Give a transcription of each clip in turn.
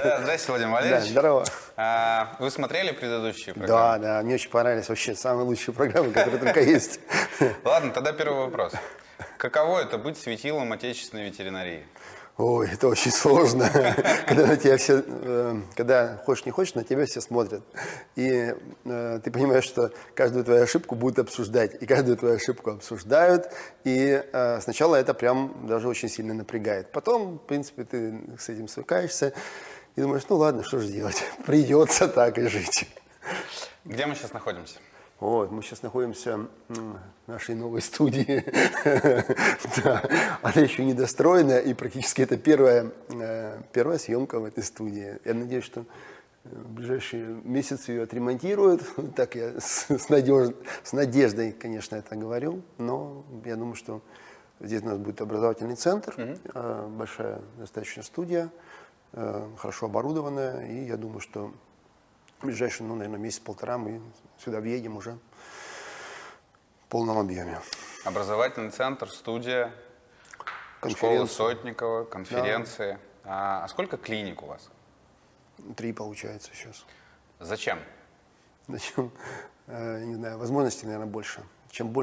Да, здравствуйте, Владимир Валерьевич. Да, здорово. Вы смотрели предыдущие программы? Да, мне очень понравились. Вообще, самые лучшие программы, которые только есть. Ладно, тогда первый вопрос. Каково это быть светилом отечественной ветеринарии? Ой, это очень сложно, когда на тебя все, когда хочешь не хочешь, на тебя все смотрят. И ты понимаешь, что каждую твою ошибку будут обсуждать, и каждую твою ошибку обсуждают. И сначала это прям даже очень сильно напрягает. Потом, в принципе, ты с этим свыкаешься и думаешь, ну ладно, что же делать, придется так и жить. Где мы сейчас находимся? Вот, мы сейчас находимся в нашей новой студии. Да, она еще не достроена, и практически это первая съемка в этой студии. Я надеюсь, что в ближайшие месяцы ее отремонтируют. Так я с надеждой, конечно, это говорю. Но я думаю, что здесь у нас будет образовательный центр, большая достаточно студия, хорошо оборудованная. И я думаю, что в ближайшие, наверное, месяц-полтора мы сюда въедем уже в полном объеме. Образовательный центр, студия, школа Сотникова, конференции. Да. А сколько клиник у вас? 3 получается сейчас. Зачем? Зачем? Не знаю, возможностей, наверное, больше. Чем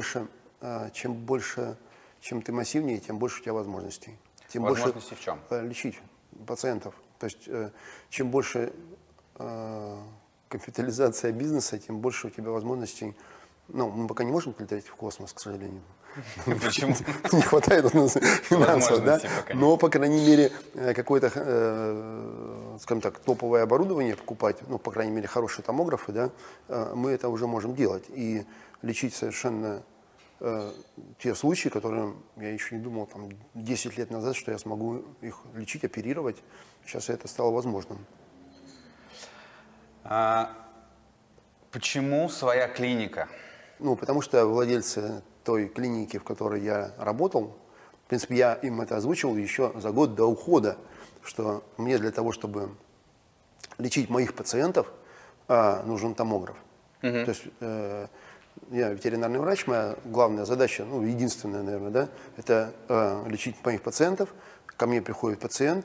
ты массивнее, тем больше у тебя возможностей. Тем возможности больше в чем? Лечить пациентов. То есть чем больше капитализация бизнеса, тем больше у тебя возможностей. Ну, мы пока не можем лететь в космос, к сожалению. Почему? Не хватает у нас финансов, да? Но, по крайней мере, какое-то, скажем так, топовое оборудование покупать, ну, по крайней мере, хорошие томографы, да, мы это уже можем делать. И лечить совершенно те случаи, которые я еще не думал, там, 10 лет назад, что я смогу их лечить, оперировать. Сейчас это стало возможным. Почему своя клиника? Ну, потому что владельцы той клиники, в которой я работал, в принципе, я им это озвучивал еще за год до ухода, что мне для того, чтобы лечить моих пациентов, нужен томограф. То есть я ветеринарный врач, моя главная задача, ну, единственная, наверное, да, это лечить моих пациентов. Ко мне приходит пациент,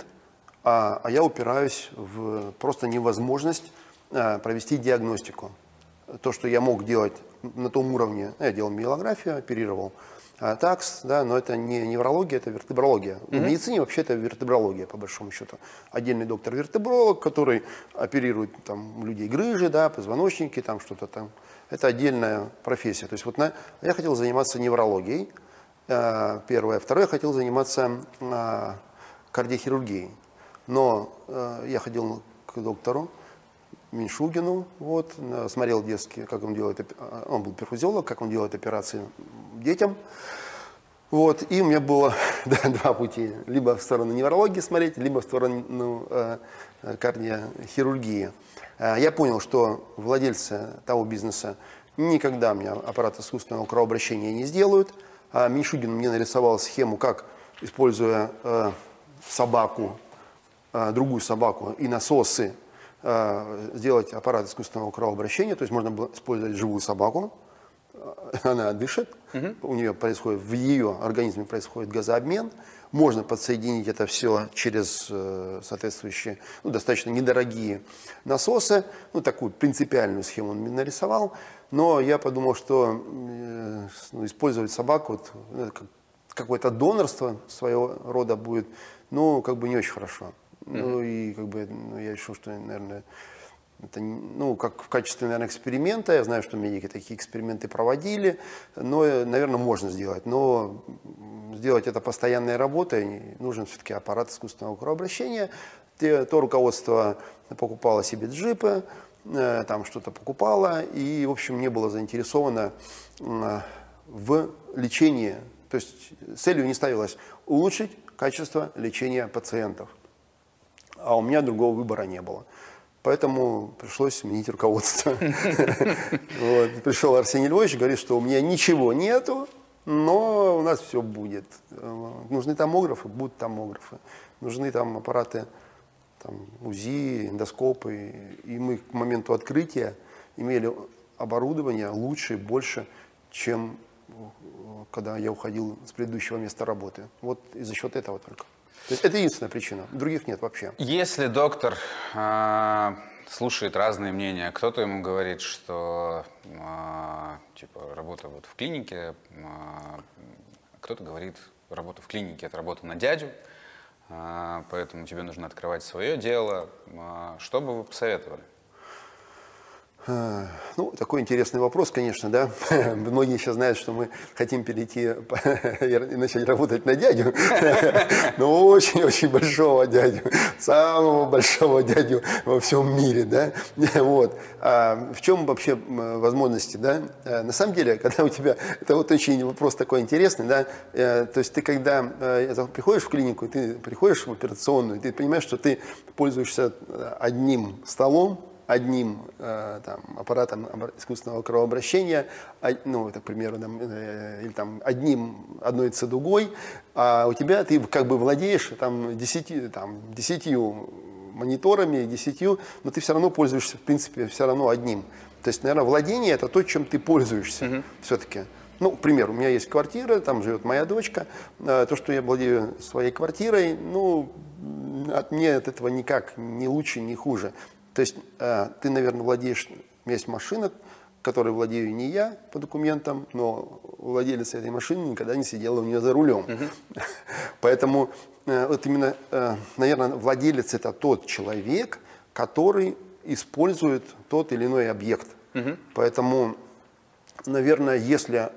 а я упираюсь в просто невозможность провести диагностику. То, что я мог делать на том уровне, я делал миелографию, оперировал такс, да, но это не неврология, это вертебрология. В медицине вообще это вертебрология, по большому счету. Отдельный доктор-вертебролог, который оперирует там людей грыжи, да, позвоночники, там что-то там. Это отдельная профессия. То есть вот я хотел заниматься неврологией, первое. Второе, я хотел заниматься кардиохирургией. Но я ходил к доктору Меньшугину, вот, смотрел детские, как он делает, он был перфузиолог, как он делает операции детям. Вот, и у меня было два пути. Либо в сторону неврологии смотреть, либо в сторону кардиохирургии. Я понял, что владельцы того бизнеса никогда мне аппарат искусственного кровообращения не сделают. Меньшугин мне нарисовал схему, как, используя собаку, другую собаку и насосы, сделать аппарат искусственного кровообращения. То есть можно было использовать живую собаку, она дышит, у нее происходит, в ее организме происходит газообмен, можно подсоединить это все через соответствующие, ну, достаточно недорогие насосы. Ну, такую принципиальную схему он мне нарисовал, но я подумал, что использовать собаку, вот, какое-то донорство своего рода будет, ну, как бы не очень хорошо. Ну, и как бы я решил, что, наверное, это, ну, как в качестве, наверное, эксперимента. Я знаю, что медики такие эксперименты проводили, но, наверное, можно сделать. Но сделать это постоянной работой, нужен все-таки аппарат искусственного кровообращения. То руководство покупало себе джипы, там что-то покупало, и, в общем, не было заинтересовано в лечении. То есть целью не ставилось улучшить качество лечения пациентов. А у меня другого выбора не было. Поэтому пришлось сменить руководство. Пришел Арсений Львович, говорит, что у меня ничего нету, но у нас все будет. Нужны томографы, будут томографы. Нужны там аппараты УЗИ, эндоскопы. И мы к моменту открытия имели оборудование лучше, больше, чем когда я уходил с предыдущего места работы. Вот и за счет этого только. То есть это единственная причина, других нет вообще. Если доктор слушает разные мнения, кто-то ему говорит, что типа работа вот в клинике, кто-то говорит, работа в клинике — это работа на дядю, поэтому тебе нужно открывать свое дело. Что бы вы посоветовали? Ну, такой интересный вопрос, конечно, да. Многие сейчас знают, что мы хотим перейти и начать работать на дядю, но очень-очень большого дядю, самого большого дядю во всем мире, да. Вот. А в чем вообще возможности, да? На самом деле, когда у тебя, это вот очень вопрос такой интересный, да, то есть ты когда приходишь в клинику, ты приходишь в операционную, ты понимаешь, что ты пользуешься одним столом, одним там, аппаратом искусственного кровообращения, ну, это, к примеру, или там одной цедугой, а у тебя ты как бы владеешь там 10 мониторами, 10, но ты все равно пользуешься, в принципе, все равно одним. То есть, наверное, владение — это то, чем ты пользуешься все-таки. Ну, к примеру, у меня есть квартира, там живет моя дочка. То, что я владею своей квартирой, ну, мне от этого никак не лучше, не хуже. То есть ты, наверное, владеешь, у меня есть машина, которой владею не я по документам, но владелец этой машины никогда не сидел у нее за рулем. Поэтому вот именно, наверное, владелец — это тот человек, который использует тот или иной объект. Поэтому, наверное, если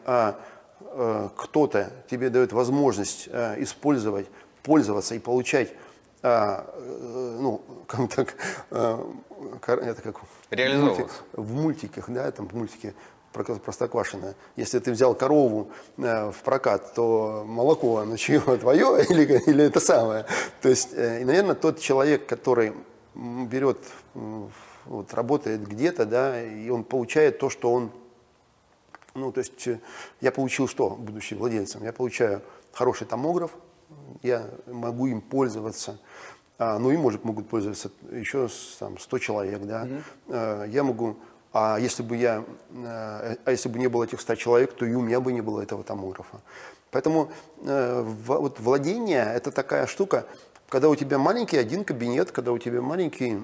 кто-то тебе дает возможность использовать, пользоваться и получать, ну, как так, это как в мультиках, да, там в мультике про Простоквашино. Если ты взял корову в прокат, то молоко, оно чье, твое или это самое? То есть, и, наверное, тот человек, который берет, вот, работает где-то, да, и он получает то, что он, ну, то есть, я получил что, будучи владельцем? Я получаю хороший томограф, я могу им пользоваться, ну и могут пользоваться еще там, 100 человек, да. Я могу, если бы не было этих 100 человек, то и у меня бы не было этого томографа. Поэтому вот владение — это такая штука, когда у тебя маленький один кабинет, когда у тебя маленький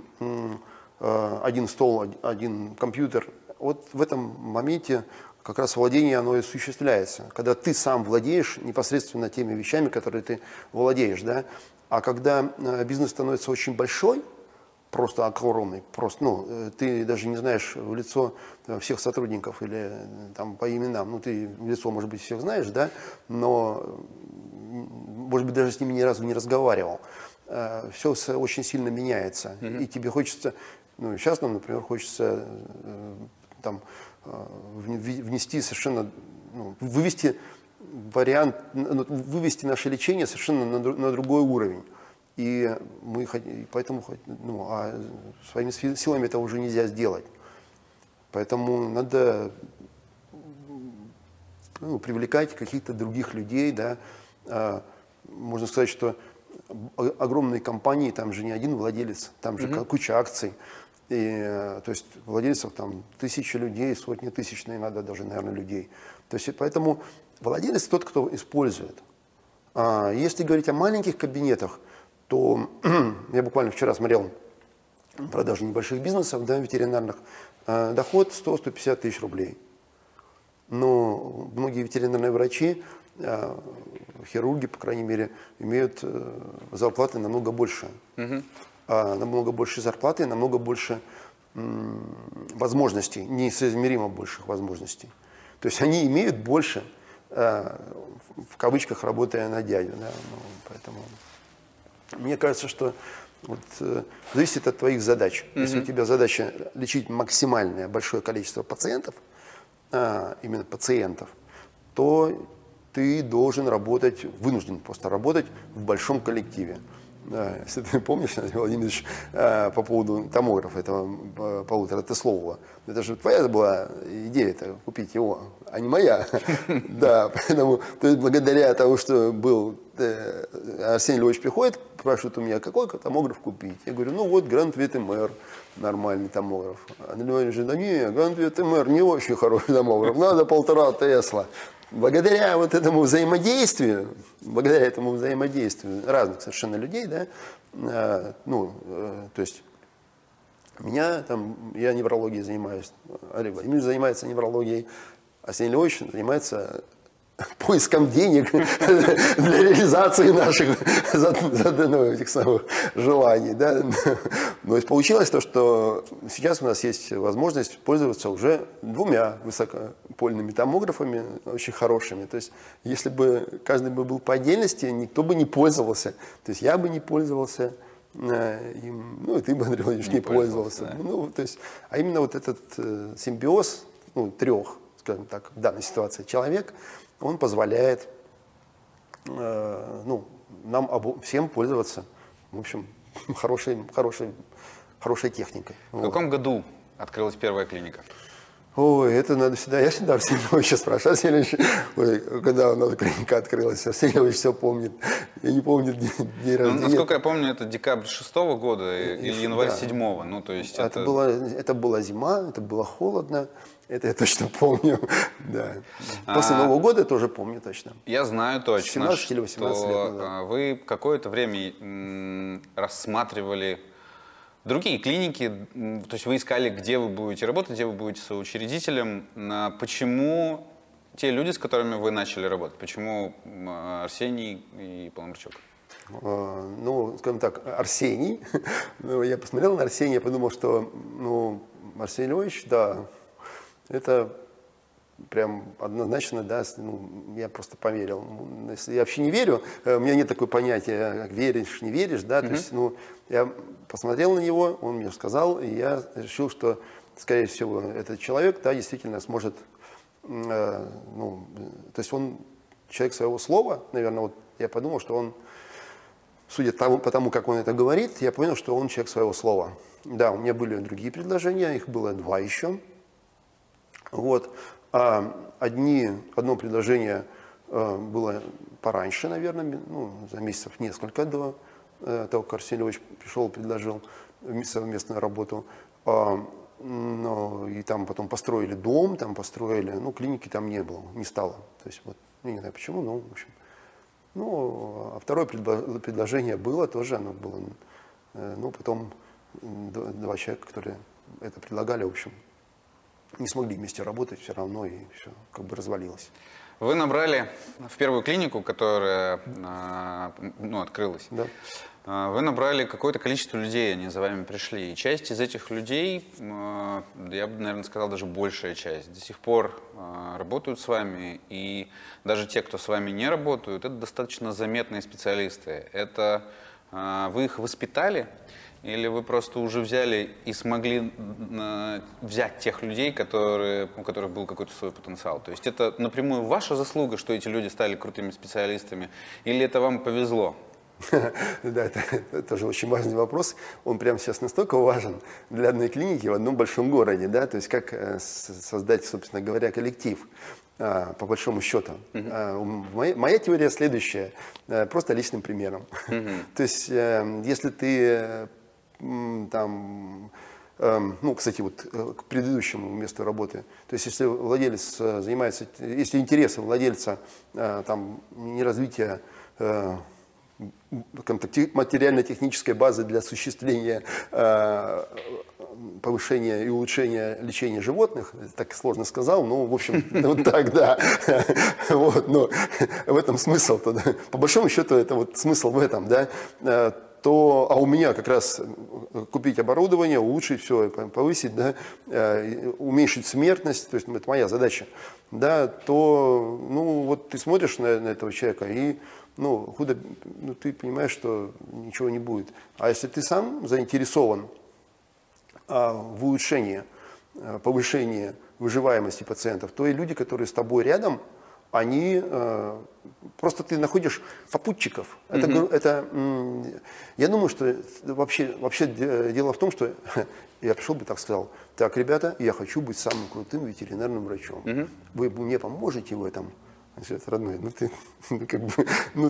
один стол, один компьютер, вот в этом моменте как раз владение, оно и осуществляется. Когда ты сам владеешь непосредственно теми вещами, которые ты владеешь, да. А когда бизнес становится очень большой, просто огромный, просто, ну, ты даже не знаешь в лицо всех сотрудников или там по именам, ну, ты в лицо, может быть, всех знаешь, да, но, может быть, даже с ними ни разу не разговаривал. Все очень сильно меняется, и тебе хочется, ну, сейчас нам, например, хочется там внести совершенно, ну, вывести вариант, вывести наше лечение совершенно на другой уровень. И мы поэтому, ну, своими силами это уже нельзя сделать. Поэтому надо, ну, привлекать каких-то других людей, да. Можно сказать, что огромные компании, там же не один владелец, там же куча акций. И, то есть владельцев там тысячи людей, сотни тысяч, иногда даже, наверное, людей. То есть поэтому владелец тот, кто использует. Если говорить о маленьких кабинетах, то я буквально вчера смотрел продажу небольших бизнесов, да, ветеринарных, доход 100-150 тысяч рублей. Но многие ветеринарные врачи, хирурги, по крайней мере, имеют зарплаты намного больше. Намного больше зарплаты, намного больше возможностей, несоизмеримо больших возможностей. То есть они имеют больше, в кавычках, работая на дядю. Да? Ну, поэтому мне кажется, что вот, зависит от твоих задач. Если у тебя задача лечить максимальное большое количество пациентов, именно пациентов, то ты должен работать, вынужден просто работать в большом коллективе. Да, если ты помнишь, Владимир Владимирович, по поводу томографа этого полуторатеслового, это же твоя была идея-то купить его, а не моя. Да, поэтому благодаря тому, что был Арсений Львович приходит, спрашивает у меня, какой томограф купить? Я говорю, ну вот Гранд Ветемер, нормальный томограф. Андрей Львович говорит, да не, Гранд Ветемер не очень хороший томограф, надо 1,5 Тесла. благодаря вот этому взаимодействию разных совершенно людей, да, то есть я неврологией занимаюсь, Олег Владимирович занимается неврологией, Арсений Львович занимается поиском денег для реализации наших этих самых желаний. Да? Но получилось то, что сейчас у нас есть возможность пользоваться уже 2 высокопольными томографами, очень хорошими. То есть, если бы каждый был по отдельности, никто бы не пользовался. То есть, я бы не пользовался им, и ты бы, Андрей Владимирович, не пользовался. Да. То есть, а именно вот этот симбиоз 3, скажем так, в данной ситуации человек, он позволяет нам всем пользоваться, в общем, хорошей техникой. В каком году открылась первая клиника? Ой, это надо всегда, я всегда Арсений Львовича спрашиваю. Арсений Львович, когда у нас клиника открылась, Арсений Львович все помнит. Я не помню день рождения. Насколько я помню, это декабрь 6-го года или январь 7-го. Ну, то есть это была зима, это было холодно. Это я точно помню. Да. После Нового года я тоже помню точно. Я знаю точно, 17 или 18 лет назад. Вы какое-то время рассматривали другие клиники, то есть вы искали, где вы будете работать, где вы будете соучредителем. Почему те люди, с которыми вы начали работать, почему Арсений и Паламарчук? Скажем так, Арсений. Я посмотрел на Арсения, подумал, что Арсений Львович, да, это прям однозначно, да, я просто поверил. Если я вообще не верю, у меня нет такого понятия, как веришь, не веришь, да, то есть, я посмотрел на него, он мне сказал, и я решил, что, скорее всего, этот человек, да, действительно сможет, то есть он человек своего слова, наверное, вот я подумал, что он, судя по тому, как он это говорит, я понял, что он человек своего слова. Да, у меня были другие предложения, их было 2 еще. Вот. Одно предложение было пораньше, наверное, за месяцев несколько до того, как Арсений Львович пришел, предложил совместную работу. И там потом построили дом, клиники там не было, не стало. То есть, вот, не знаю почему, в общем. А второе предложение было тоже, оно было, потом 2 человека, которые это предлагали, в общем, не смогли вместе работать все равно, и все как бы развалилось. Вы набрали в первую клинику, которая открылась, да. Вы набрали какое-то количество людей, они за вами пришли. И часть из этих людей, я бы, наверное, сказал, даже большая часть, до сих пор работают с вами. И даже те, кто с вами не работают, это достаточно заметные специалисты. Это вы их воспитали? Или вы просто уже взяли и смогли взять тех людей, у которых был какой-то свой потенциал? То есть это напрямую ваша заслуга, что эти люди стали крутыми специалистами? Или это вам повезло? Да, это тоже очень важный вопрос. Он прямо сейчас настолько важен для одной клиники в одном большом городе. Да? То есть как создать, собственно говоря, коллектив, по большому счету. Моя теория следующая, просто личным примером. То есть если ты кстати, вот к предыдущему месту работы. То есть, если владелец занимается, если интересы владельца не развитие материально-технической базы для осуществления повышения и улучшения лечения животных, так сложно сказал, в общем, вот так, да. Но в этом смысл. По большому счету, это вот смысл в этом, да. А у меня как раз купить оборудование, улучшить все, повысить, да, уменьшить смертность, то есть это моя задача, да, то, вот ты смотришь на этого человека и, ты понимаешь, что ничего не будет. А если ты сам заинтересован в улучшении, повышении выживаемости пациентов, то и люди, которые с тобой рядом, они просто ты находишь попутчиков. Я думаю, что вообще дело в том, что я пришел бы так сказал: так, ребята, я хочу быть самым крутым ветеринарным врачом. Вы мне поможете в этом? Значит, родной,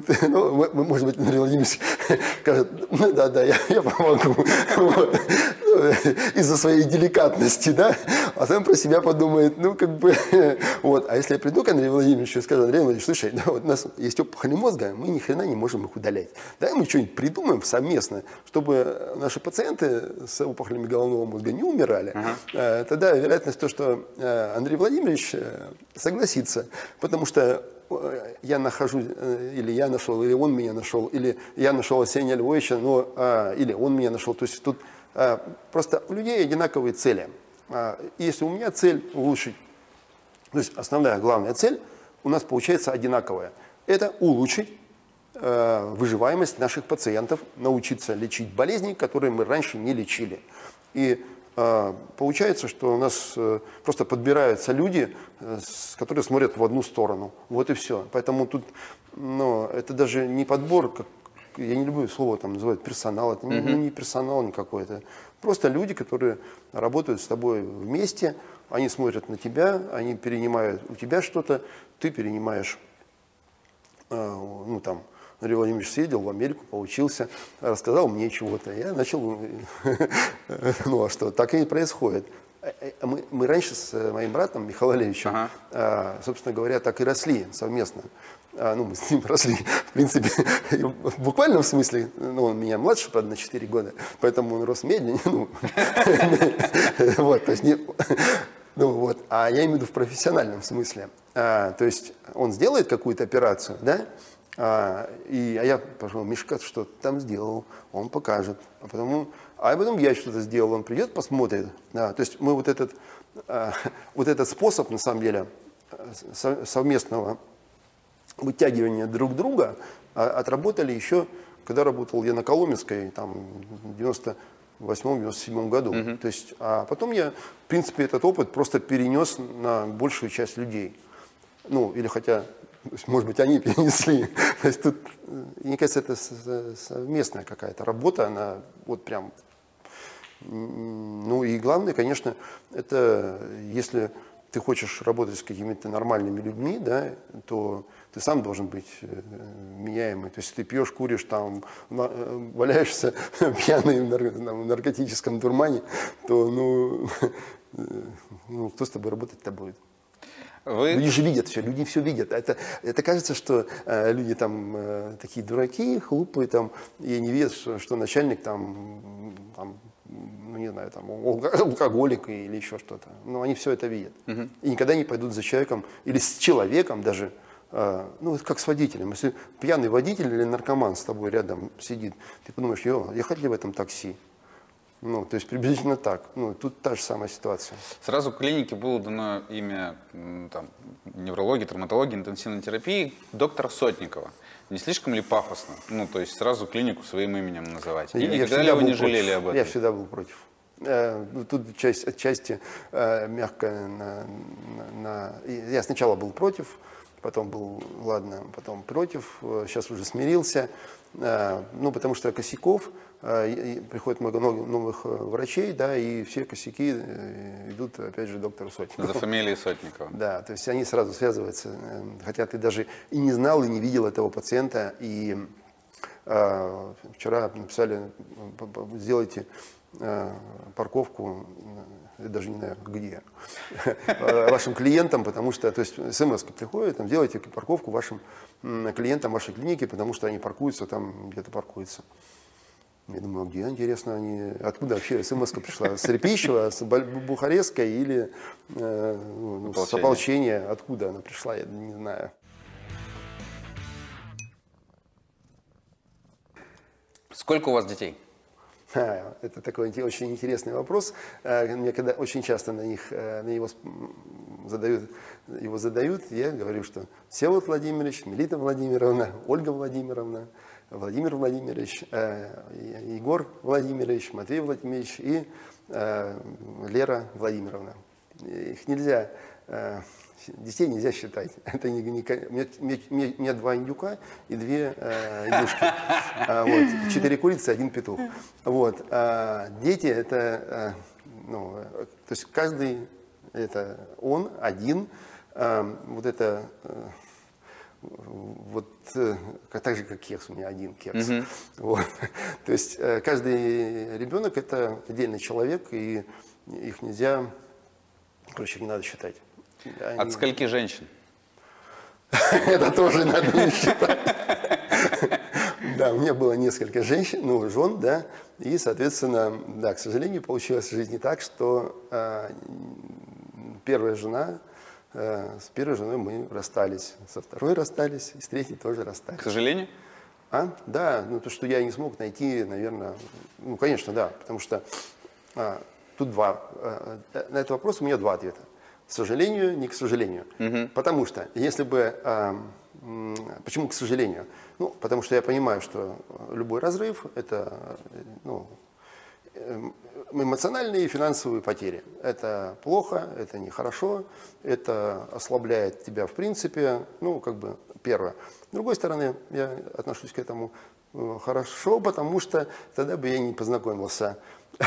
может быть, Андрей Владимирович скажет: да, я помогу. из-за своей деликатности, да, а сам про себя подумает, ну, как бы, вот. А если я приду к Андрею Владимировичу и скажу: Андрей Владимирович, слушай, да, вот у нас есть опухоли мозга, мы ни хрена не можем их удалять. Давай мы что-нибудь придумаем совместно, чтобы наши пациенты с опухолями головного мозга не умирали. Тогда вероятность то, что Андрей Владимирович согласится, потому что я нахожу, или я нашел, или он меня нашел, или я нашел Арсения Львовича, или он меня нашел. То есть тут просто у людей одинаковые цели. Если у меня цель улучшить, то есть основная, главная цель у нас получается одинаковая. Это улучшить выживаемость наших пациентов, научиться лечить болезни, которые мы раньше не лечили. И получается, что у нас просто подбираются люди, которые смотрят в одну сторону. Вот и все. Поэтому тут, это даже не подбор, я не люблю слово там называют персонал, это не персонал никакой, это просто люди, которые работают с тобой вместе, они смотрят на тебя, они перенимают у тебя что-то, ты перенимаешь, Андрей Владимирович съездил в Америку, поучился, рассказал мне чего-то. Я начал, а что, так и происходит. Мы раньше с моим братом Михаилом Валерьевичем, собственно говоря, так и росли совместно. Мы с ним росли, в принципе, в буквальном смысле, он меня младше, правда, на 4 года, поэтому он рос медленнее. А я имею в виду в профессиональном смысле. То есть он сделает какую-то операцию, да? Я пошел, Мишка что-то там сделал, он покажет. А потом я что-то сделал, он придет, посмотрит. То есть мы вот этот способ, на самом деле, совместного вытягивания друг друга отработали еще, когда работал я на Коломенской, там, в 98-97 году. То есть, а потом я, в принципе, этот опыт просто перенес на большую часть людей. Или хотя... Может быть, они перенесли. То есть тут, мне кажется, это совместная какая-то работа, она вот прям... и главное, конечно, это если ты хочешь работать с какими-то нормальными людьми, да, то ты сам должен быть меняемый. То есть ты пьешь, куришь, там, валяешься пьяный в наркотическом дурмане, то кто с тобой работать-то будет? Люди же видят все, люди все видят. Это кажется, что люди там такие дураки, глупые, там, и не видят, что начальник там не знаю, там, алкоголик или еще что-то. Но они все это видят. И никогда не пойдут за человеком или с человеком даже, как с водителем. Если пьяный водитель или наркоман с тобой рядом сидит, ты подумаешь: ехать ли в этом такси? То есть приблизительно так. Тут та же самая ситуация. Сразу в клинике было дано имя неврологии, травматологии, интенсивной терапии доктора Сотникова. Не слишком ли пафосно? То есть сразу клинику своим именем называть. И никогда ли вы не жалели об этом? Я всегда был против. Тут отчасти мягко я сначала был против, потом был, потом против, сейчас уже смирился. Потому что косяков, приходит много новых врачей, да, и все косяки идут, опять же, доктору Сотникову. За фамилией Сотникова. Да, то есть они сразу связываются, хотя ты даже и не знал, и не видел этого пациента. И вчера написали: сделайте парковку, я даже не знаю где, вашим клиентам, потому что, то есть смс-ка приходит, там, делайте парковку вашим клиентам вашей клиники, потому что они паркуются там, где-то паркуются. Я думаю, где, интересно, откуда вообще смс-ка пришла? С Репищева, с Бухарестской или с ополчения? Откуда она пришла, я не знаю. Сколько у вас детей? Это такой очень интересный вопрос. Мне когда очень часто на его задают, я говорю, что Всеволод Владимирович, Мелита Владимировна, Ольга Владимировна, Владимир Владимирович, Егор Владимирович, Матвей Владимирович и Лера Владимировна. Их нельзя, детей нельзя считать. Это у меня 2 индюка и 2 индюшки. 4 курицы, 1 петух. Дети это, то есть каждый это он один. вот так же, как кекс, у меня один кекс. Вот. То есть каждый ребенок – это отдельный человек, и их нельзя, короче, не надо считать. От скольки женщин? Это тоже надо не считать. Да, у меня было несколько женщин, ну, жен, да, и, соответственно, да, к сожалению, получилось в жизни так, что первая жена, с первой женой мы расстались, со второй расстались, и с третьей тоже расстались. К сожалению? Да, ну, то, что я не смог найти, наверное, ну, конечно, да, потому что тут на этот вопрос у меня два ответа. К сожалению, не к сожалению. Потому что, если бы... Почему к сожалению? Ну, потому что я понимаю, что любой разрыв – это эмоциональные и финансовые потери. Это плохо, это нехорошо, это ослабляет тебя в принципе, ну, как бы, первое. С другой стороны, я отношусь к этому хорошо, потому что тогда бы я не познакомился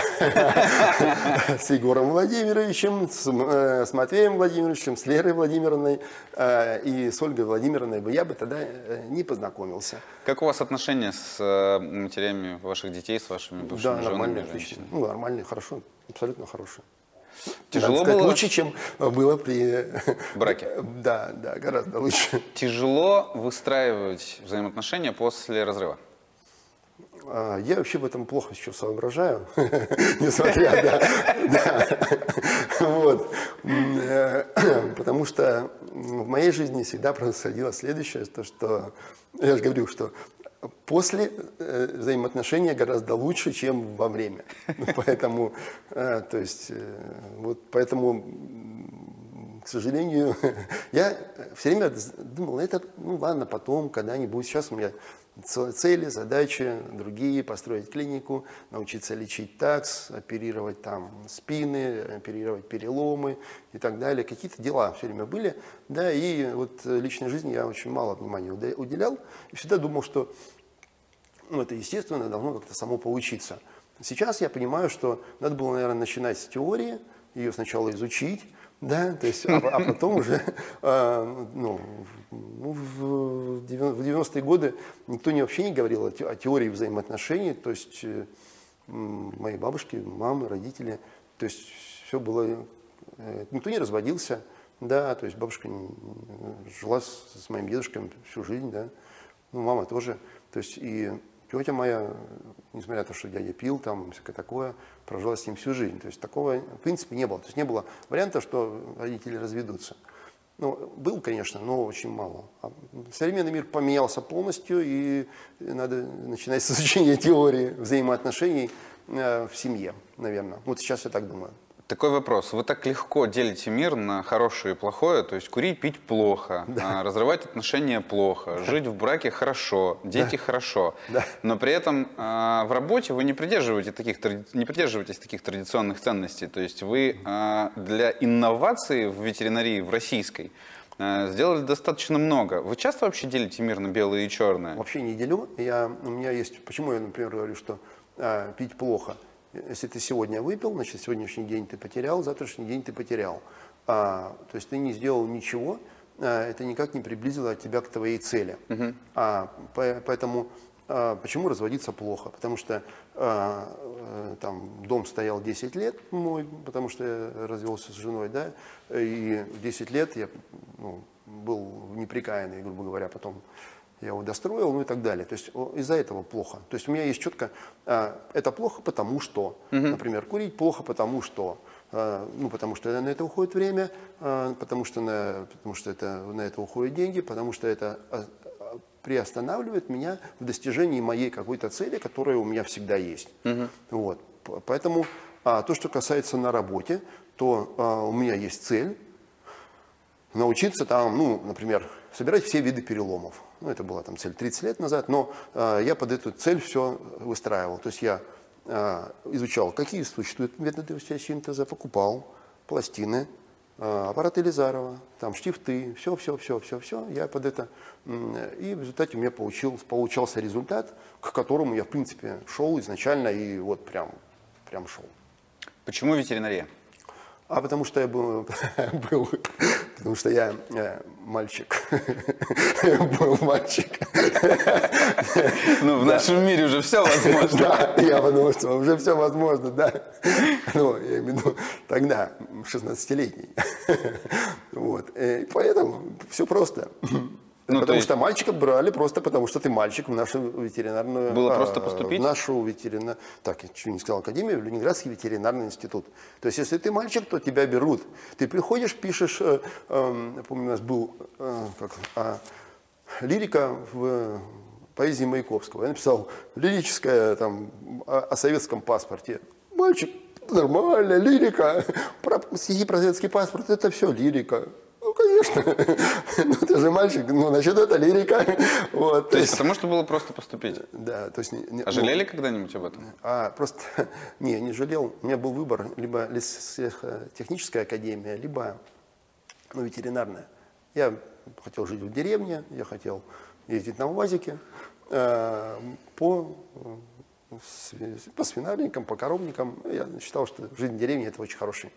с Егором Владимировичем, с Матвеем Владимировичем, с Лерой Владимировной и с Ольгой Владимировной, я бы тогда не познакомился. Как у вас отношения с матерями ваших детей, с вашими бывшими женами? Да, нормально, отлично. Ну, нормально, хорошо, абсолютно хорошо. Тяжело было? Лучше, чем было при браке? Да, гораздо лучше. Тяжело выстраивать взаимоотношения после разрыва? Я вообще в этом плохо еще соображаю, несмотря, вот, потому что в моей жизни всегда происходило следующее, то что, я же говорю, что после взаимоотношения гораздо лучше, чем во время, поэтому, то есть, вот, поэтому, к сожалению, я все время думал, это, ну ладно, потом, когда-нибудь, сейчас у меня цели, задачи, другие, построить клинику, научиться лечить ТАКС, оперировать там спины, оперировать переломы и так далее. Какие-то дела все время были, да, и вот личной жизни я очень мало внимания уделял, и всегда думал, что ну, это естественно, должно как-то само получиться. Сейчас я понимаю, что надо было, наверное, начинать с теории, ее сначала изучить, да, то есть, а потом уже, ну, в 90-е годы никто вообще не говорил о теории взаимоотношений, то есть мои бабушки, мамы, родители, то есть все было, никто не разводился, да, то есть бабушка жила с моим дедушкой всю жизнь, да, ну, мама тоже, то есть и тетя моя, несмотря на то, что дядя пил, там, всякое такое, прожила с ним всю жизнь. То есть такого, в принципе, не было. То есть не было варианта, что родители разведутся. Ну, был, конечно, но очень мало. Современный мир поменялся полностью, и надо начинать с изучения теории взаимоотношений в семье, наверное. Вот сейчас я так думаю. Такой вопрос. Вы так легко делите мир на хорошее и плохое, то есть курить, пить плохо, разрывать отношения плохо, жить в браке хорошо, дети хорошо, но при этом в работе вы не придерживаетесь таких традиционных ценностей, то есть вы для инноваций в ветеринарии, в российской, сделали достаточно много. Вы часто вообще делите мир на белое и черное? Вообще не делю. У меня есть, почему я, например, говорю, что пить плохо. Если ты сегодня выпил, значит, сегодняшний день ты потерял, завтрашний день ты потерял. То есть ты не сделал ничего, это никак не приблизило тебя к твоей цели. Поэтому почему разводиться плохо? Потому что там дом стоял 10 лет мой, потому что я развелся с женой, да, и 10 лет я был неприкаянный, грубо говоря, потом я его достроил, ну и так далее. То есть из-за этого плохо. То есть у меня есть четко, это плохо, потому что, например, курить плохо, потому что, ну, потому что на это уходит время, потому что на это уходят деньги, потому что это приостанавливает меня в достижении моей какой-то цели, которая у меня всегда есть. Вот. Поэтому то, что касается на работе, то у меня есть цель научиться там, ну, например, собирать все виды переломов. Ну, это была там цель 30 лет назад, но я под эту цель все выстраивал. То есть я изучал, какие существуют методы остеосинтеза, покупал пластины, аппарат Елизарова, там штифты, все. Я под это... И в результате у меня получался результат, к которому я, в принципе, шел изначально и вот прям шел. Почему ветеринария? Потому что я был Потому что я мальчик. Был мальчик. Ну, в нашем мире уже все возможно. Да, я подумал, что уже все возможно, да. Ну, я имею в виду, тогда, 16-летний. Вот. И поэтому все просто. Ну, потому что мальчика брали просто потому, что ты мальчик в нашу ветеринарную... Было просто поступить? В нашу ветеринарную... Так, я чуть не сказал академию, в Ленинградский ветеринарный институт. То есть, если ты мальчик, то тебя берут. Ты приходишь, пишешь... я помню, у нас был лирика в поэзии Маяковского. Я написал лирическое там, о советском паспорте. Мальчик, нормально, лирика. Стихи про советский паспорт, это все лирика. Ну, конечно. Ну, ты же мальчик, ну, значит, это лирика. Вот, то есть, потому что было просто поступить? Да. То есть, жалели когда-нибудь об этом? Просто, не жалел. У меня был выбор, либо техническая академия, либо ветеринарная. Я хотел жить в деревне, я хотел ездить на УАЗике по свинарникам, по коровникам. Я считал, что жизнь в деревне – это очень хороший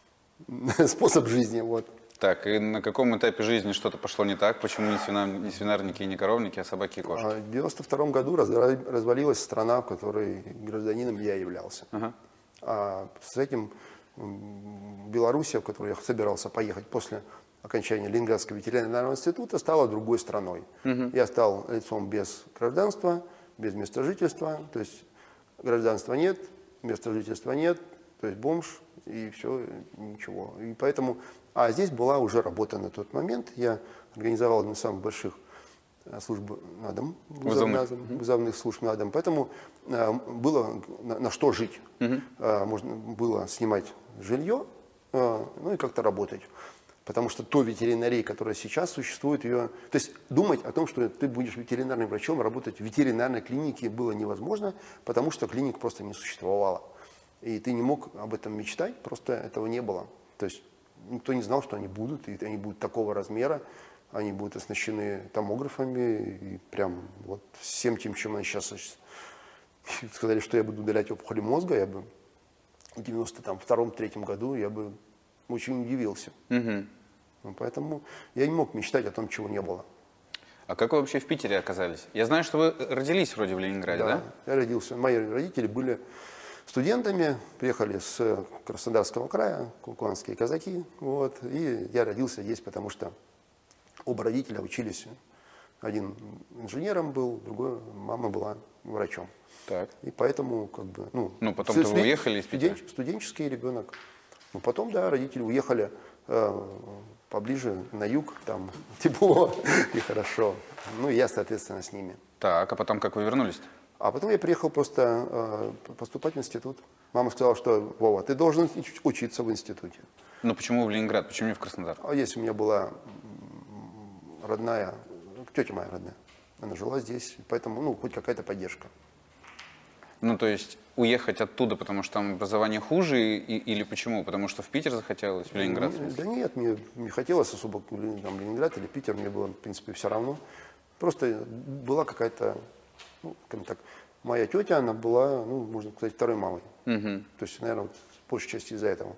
способ жизни. Вот. Так, и на каком этапе жизни что-то пошло не так? Почему не свинарники и не коровники, а собаки и кошки? В 92 году развалилась страна, в которой гражданином я являлся. А с этим Белоруссия, в которую я собирался поехать после окончания Ленинградского ветеринарного института, стала другой страной. Я стал лицом без гражданства, без места жительства, то есть гражданства нет, места жительства нет, то есть бомж и все, ничего. И поэтому... А здесь была уже работа на тот момент. Я организовал одну из самых больших служб на дом, вызовных служб на дом. Поэтому было на что жить. Можно было снимать жилье, ну и как-то работать. Потому что то ветеринария, которая сейчас существует, ее... То есть думать о том, что ты будешь ветеринарным врачом, работать в ветеринарной клинике было невозможно, потому что клиник просто не существовало. И ты не мог об этом мечтать, просто этого не было. То есть никто не знал, что они будут, и они будут такого размера, они будут оснащены томографами, и прям вот всем тем, чем они сейчас сказали, что я буду удалять опухоли мозга, я бы в 92-93 году я бы очень удивился. Поэтому я не мог мечтать о том, чего не было. А как вы вообще в Питере оказались? Я знаю, что вы родились вроде в Ленинграде, да? Да, я родился. Мои родители были студентами, приехали с Краснодарского края, кубанские казаки. Вот, и я родился здесь, потому что оба родителя учились. Один инженером был, другой, мама была врачом. Так. И поэтому, как бы, потом-то вы уехали из Питера? Студенческий ребенок. Потом, да, родители уехали поближе на юг, там тепло и хорошо. Ну, и я, соответственно, с ними. Так, а потом как вы вернулись-то? А потом я приехал просто поступать в институт. Мама сказала, что, Вова, ты должен учиться в институте. Ну, почему в Ленинград, почему не в Краснодар? А здесь у меня была родная, тетя моя родная. Она жила здесь, поэтому, хоть какая-то поддержка. Ну, то есть уехать оттуда, потому что там образование хуже, или почему? Потому что в Питер захотелось, в Ленинград? Да нет, мне не хотелось особо там, Ленинград или Питер, мне было, в принципе, все равно. Просто была какая-то, скажем так, моя тетя, она была, можно сказать, второй мамой. То есть, наверное, вот, большей части из-за этого.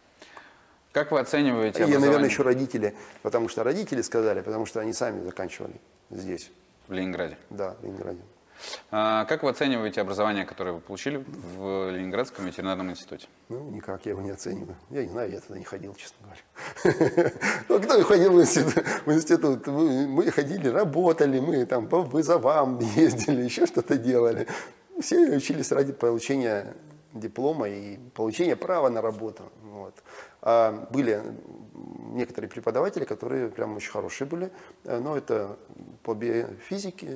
Как вы оцениваете образование? И, наверное, еще родители, потому что родители сказали, потому что они сами заканчивали здесь. В Ленинграде? Да, в Ленинграде. А как вы оцениваете образование, которое вы получили в Ленинградском ветеринарном институте? Никак я его не оцениваю. Я не знаю, я туда не ходил, честно говоря. Ну, кто ходил в институт? Мы ходили, работали, мы там по вызовам ездили, еще что-то делали. Все учились ради получения диплома и получения права на работу. Вот. А были некоторые преподаватели, которые прям очень хорошие были, но это по биофизике,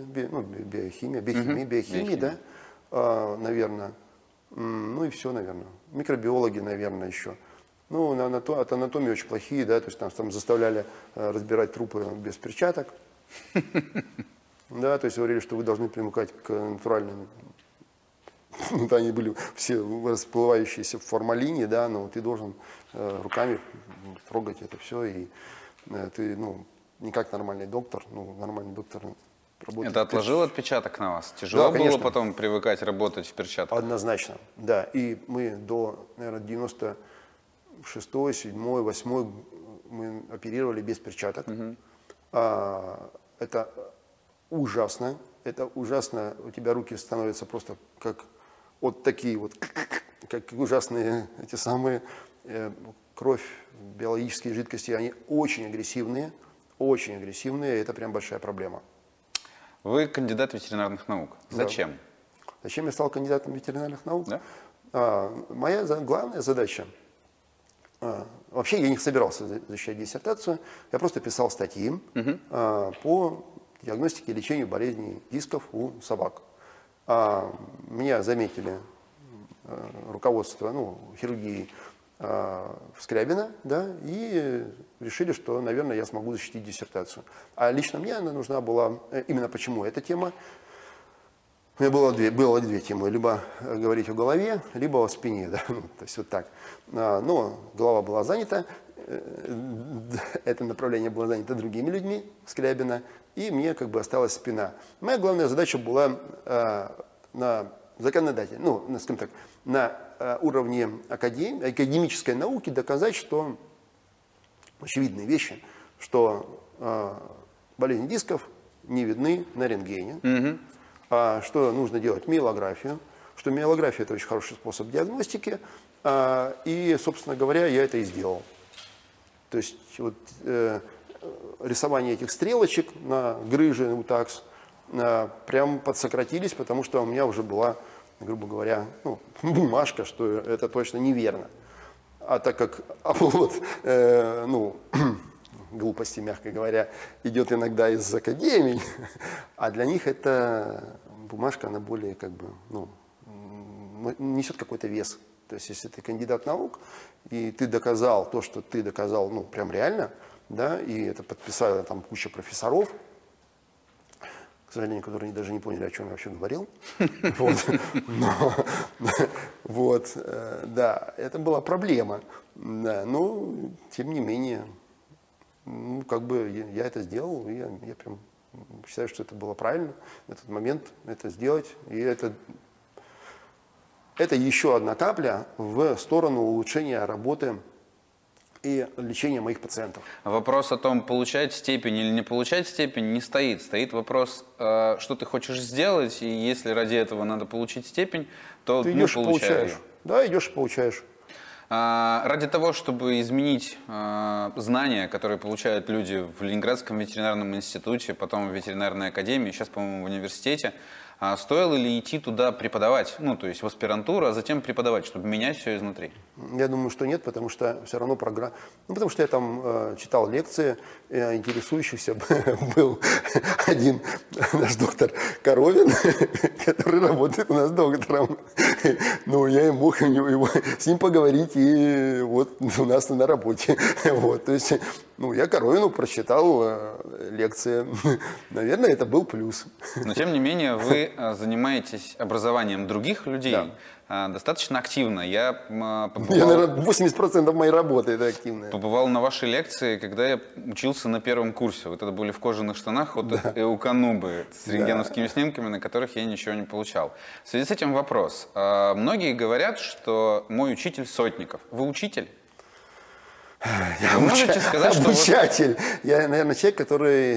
биохимии, да, наверное. Ну и все, наверное. Микробиологи, наверное, еще. От анатомии очень плохие, да, то есть там заставляли разбирать трупы без перчаток. Да, то есть говорили, что вы должны примыкать к натуральным. Они были все расплывающиеся в формалине, да, но ты должен руками трогать это все, и ты, не как нормальный доктор, нормальный доктор работает. Это отложило отпечаток на вас? Тяжело было потом привыкать работать в перчатках? Однозначно, да. И мы до, наверное, 96-й, 7-й, 8-й мы оперировали без перчаток. Это ужасно. Это ужасно. У тебя руки становятся просто как вот такие вот, как ужасные эти самые кровь, биологические жидкости. Они очень агрессивные. Очень агрессивные. Это прям большая проблема. Вы кандидат ветеринарных наук. Зачем? Да. Зачем я стал кандидатом ветеринарных наук? Да? Моя главная задача, вообще я не собирался защищать диссертацию, я просто писал статьи по диагностике и лечению болезней дисков у собак. Меня заметили руководство хирургии Скрябина, да, и решили, что, наверное, я смогу защитить диссертацию. А лично мне она нужна была, именно почему эта тема. У меня было две темы, либо говорить о голове, либо о спине, да, то есть вот так. Но голова была занята, это направление было занято другими людьми, Скрябина, и мне как бы осталась спина. Моя главная задача была на законодательном, скажем так, на уровне академической науки доказать, что очевидные вещи, что болезни дисков не видны на рентгене. Что нужно делать миелографию, что миелография – это очень хороший способ диагностики, и, собственно говоря, я это и сделал. То есть вот, рисование этих стрелочек на грыже УТАКС прям подсократились, потому что у меня уже была, грубо говоря, бумажка, что это точно неверно. А так как оплот, глупости, мягко говоря, идет иногда из академий, а для них эта бумажка, она более как бы, несет какой-то вес. То есть, если ты кандидат наук, и ты доказал то, что ты доказал, прям реально, да, и это подписала там куча профессоров, к сожалению, которые даже не поняли, о чем я вообще говорил. Вот, да, это была проблема. Но, тем не менее, как бы я это сделал, и я прям считаю, что это было правильно в этот момент это сделать. И это еще одна капля в сторону улучшения работы и лечения моих пациентов. Вопрос о том, получать степень или не получать степень, не стоит. Стоит вопрос, что ты хочешь сделать, и если ради этого надо получить степень, то ты идешь и получаешь. Да, идешь и получаешь. Ради того, чтобы изменить знания, которые получают люди в Ленинградском ветеринарном институте, потом в ветеринарной академии, сейчас, по-моему, в университете, стоило ли идти туда преподавать, то есть в аспирантуру, а затем преподавать, чтобы менять все изнутри? Я думаю, что нет, потому что все равно программа... потому что я там читал лекции, интересующихся был один наш доктор Коровин, который работает у нас доктором. Я мог с ним поговорить и вот у нас на работе. Вот, то есть, я Коровину прочитал лекции. Наверное, это был плюс. Но, тем не менее, вы занимаетесь образованием других людей достаточно активно. Я, наверное, 80% моей работы это активная. Побывал на вашей лекции, когда я учился на первом курсе. Вот это были в кожаных штанах от Эуканубы с рентгеновскими снимками, на которых я ничего не получал. В связи с этим вопрос. Многие говорят, что мой учитель Сотников. Вы учитель? Я можете сказать, обучатель. Я, наверное, человек, который,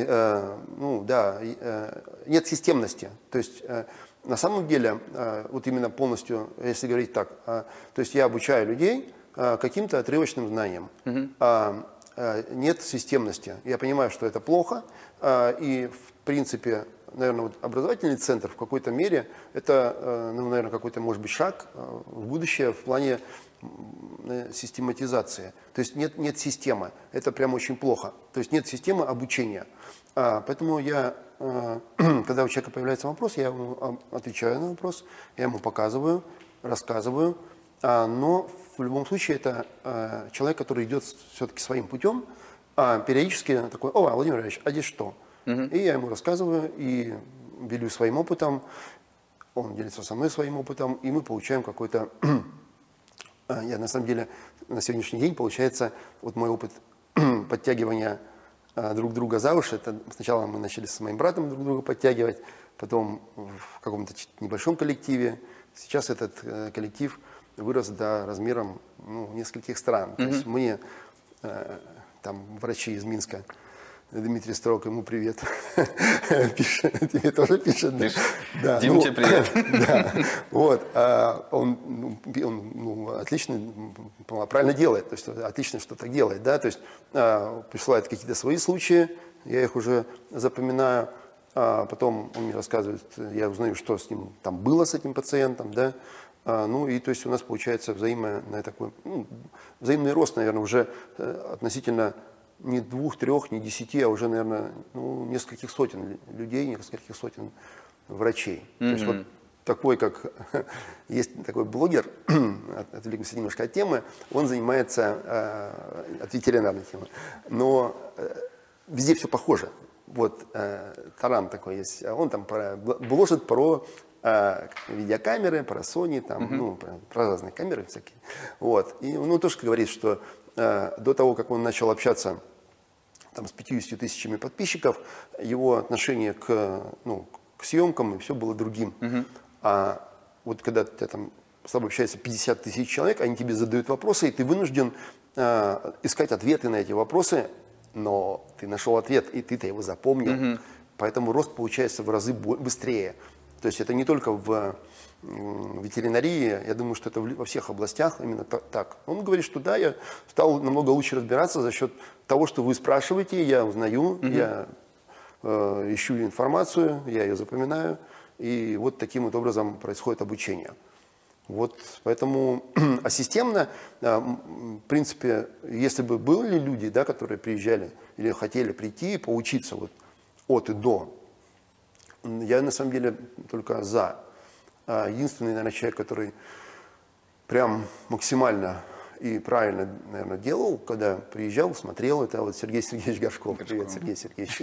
нет системности. То есть, на самом деле, вот именно полностью, если говорить так, то есть я обучаю людей каким-то отрывочным знаниям. Нет системности. Я понимаю, что это плохо, и, в принципе, наверное, вот образовательный центр в какой-то мере это, наверное, какой-то, может быть, шаг в будущее в плане систематизации. То есть нет системы. Это прям очень плохо. То есть нет системы обучения. Поэтому я, когда у человека появляется вопрос, я ему отвечаю на вопрос, я ему показываю, рассказываю. Но в любом случае это человек, который идет все-таки своим путем, периодически такой: «О, Владимир Ильич, а здесь что?» И я ему рассказываю и делюсь своим опытом, он делится со мной своим опытом, и мы получаем какой-то... Я, на самом деле, на сегодняшний день, получается, вот мой опыт подтягивания друг друга за уши, это сначала мы начали с моим братом друг друга подтягивать, потом в каком-то небольшом коллективе. Сейчас этот коллектив вырос до размером нескольких стран. То есть мы там врачи из Минска. Дмитрий Строк, ему привет. Пишет, тебе тоже пишет. Да. Дим, тебе привет. Да, вот. Он отлично, правильно делает, то есть отлично, что так делает, да, то есть присылает какие-то свои случаи, я их уже запоминаю, потом он мне рассказывает, я узнаю, что с ним там было, с этим пациентом, да, ну и то есть у нас получается взаимный рост, наверное, уже относительно не 2, 3, не 10, а уже, наверное, нескольких сотен людей, нескольких сотен врачей. То есть вот такой, как есть такой блогер, отвлекемся немножко от темы, он занимается от ветеринарной темы, но везде все похоже. Вот Таран такой есть, он там бложит про видеокамеры, про Sony, там, про разные камеры всякие. Вот. И он тоже говорит, что до того, как он начал общаться там, с 50 тысячами подписчиков, его отношение к съемкам и все было другим. А вот когда там с тобой общается 50 тысяч человек, они тебе задают вопросы, и ты вынужден искать ответы на эти вопросы, но ты нашел ответ, и ты-то его запомнил. Поэтому рост получается в разы быстрее. То есть это не только в ветеринарии, я думаю, что это во всех областях именно так. Он говорит, что да, я стал намного лучше разбираться за счет того, что вы спрашиваете, я узнаю, я ищу информацию, я ее запоминаю, и вот таким вот образом происходит обучение. Вот, поэтому, а системно, в принципе, если бы были люди, да, которые приезжали или хотели прийти и поучиться вот от и до, я на самом деле только за. Единственный, наверное, человек, который прям максимально и правильно, наверное, делал, когда приезжал, смотрел, это вот Сергей Сергеевич Горшков. Привет, Сергей Сергеевич.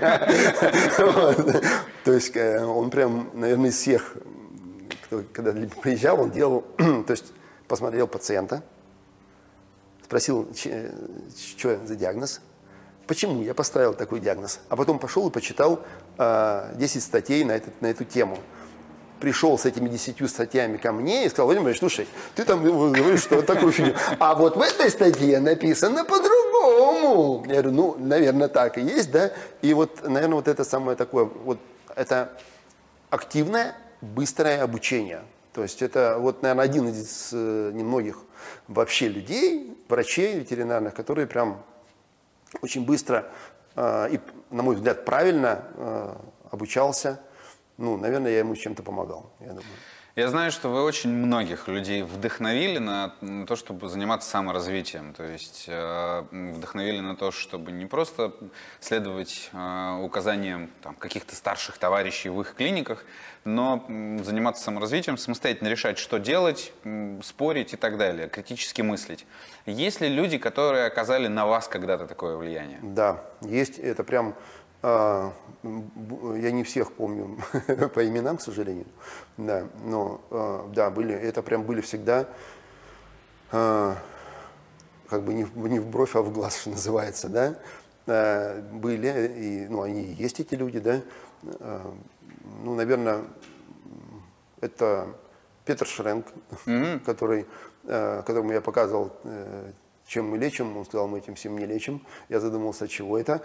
То есть он прям, наверное, из всех, кто когда приезжал, он делал, то есть посмотрел пациента, спросил, что за диагноз, почему я поставил такой диагноз, а потом пошел и почитал 10 статей на эту тему. Пришел с этими 10 статьями ко мне и сказал: Владимир Ильич, слушай, ты там говоришь, что такую фигню. А вот в этой статье написано по-другому. Я говорю, наверное, так и есть, да. И вот, наверное, вот это самое такое, вот это активное, быстрое обучение. То есть это вот, наверное, один из немногих вообще людей, врачей ветеринарных, которые прям очень быстро и, на мой взгляд, правильно обучался. Наверное, я ему чем-то помогал, я думаю. Я знаю, что вы очень многих людей вдохновили на то, чтобы заниматься саморазвитием. То есть вдохновили на то, чтобы не просто следовать указаниям каких-то старших товарищей в их клиниках, но заниматься саморазвитием, самостоятельно решать, что делать, спорить и так далее, критически мыслить. Есть ли люди, которые оказали на вас когда-то такое влияние? Да, есть. Это прям... Я не всех помню по именам, к сожалению, да, но да, это прям были всегда как бы не в бровь, а в глаз, что называется, да, были, и, они и есть эти люди, да, наверное, это Петр Шренк, которому я показывал, чем мы лечим, он сказал, мы этим всем не лечим. Я задумался, от чего это.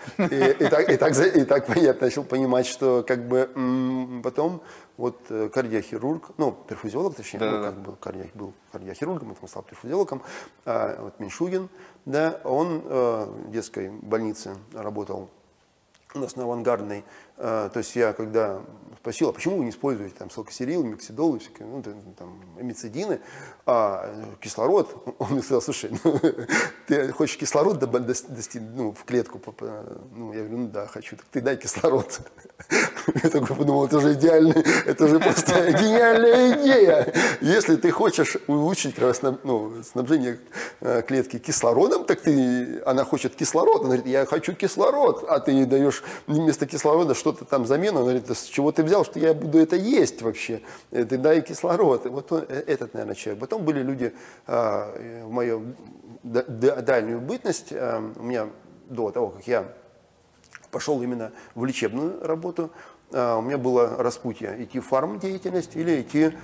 И так я начал понимать, что как бы потом вот кардиохирург, перфузиолог, точнее, был кардиохирургом, потом стал перфузиологом, вот Меньшугин, да, он в детской больнице работал у нас на Авангардной. То есть я когда спросил, а почему вы не используете там салкосерил, миксидол, эмицидины, кислород? Он мне сказал, слушай, ты хочешь кислород в клетку? Я говорю, да, хочу. Так ты дай кислород. Я такой подумал, это же идеально, это же просто гениальная идея. Если ты хочешь улучшить снабжение клетки кислородом, так она хочет кислород. Она говорит, я хочу кислород, а ты ей даешь вместо кислорода что-то там замену. Она говорит, с чего ты взял, что я буду это есть вообще? Ты дай кислород. И вот этот, наверное, человек. Потом были люди в мою дальнюю бытность, у меня до того, как я пошел именно в лечебную работу, у меня было распутье идти в фармдеятельность или идти,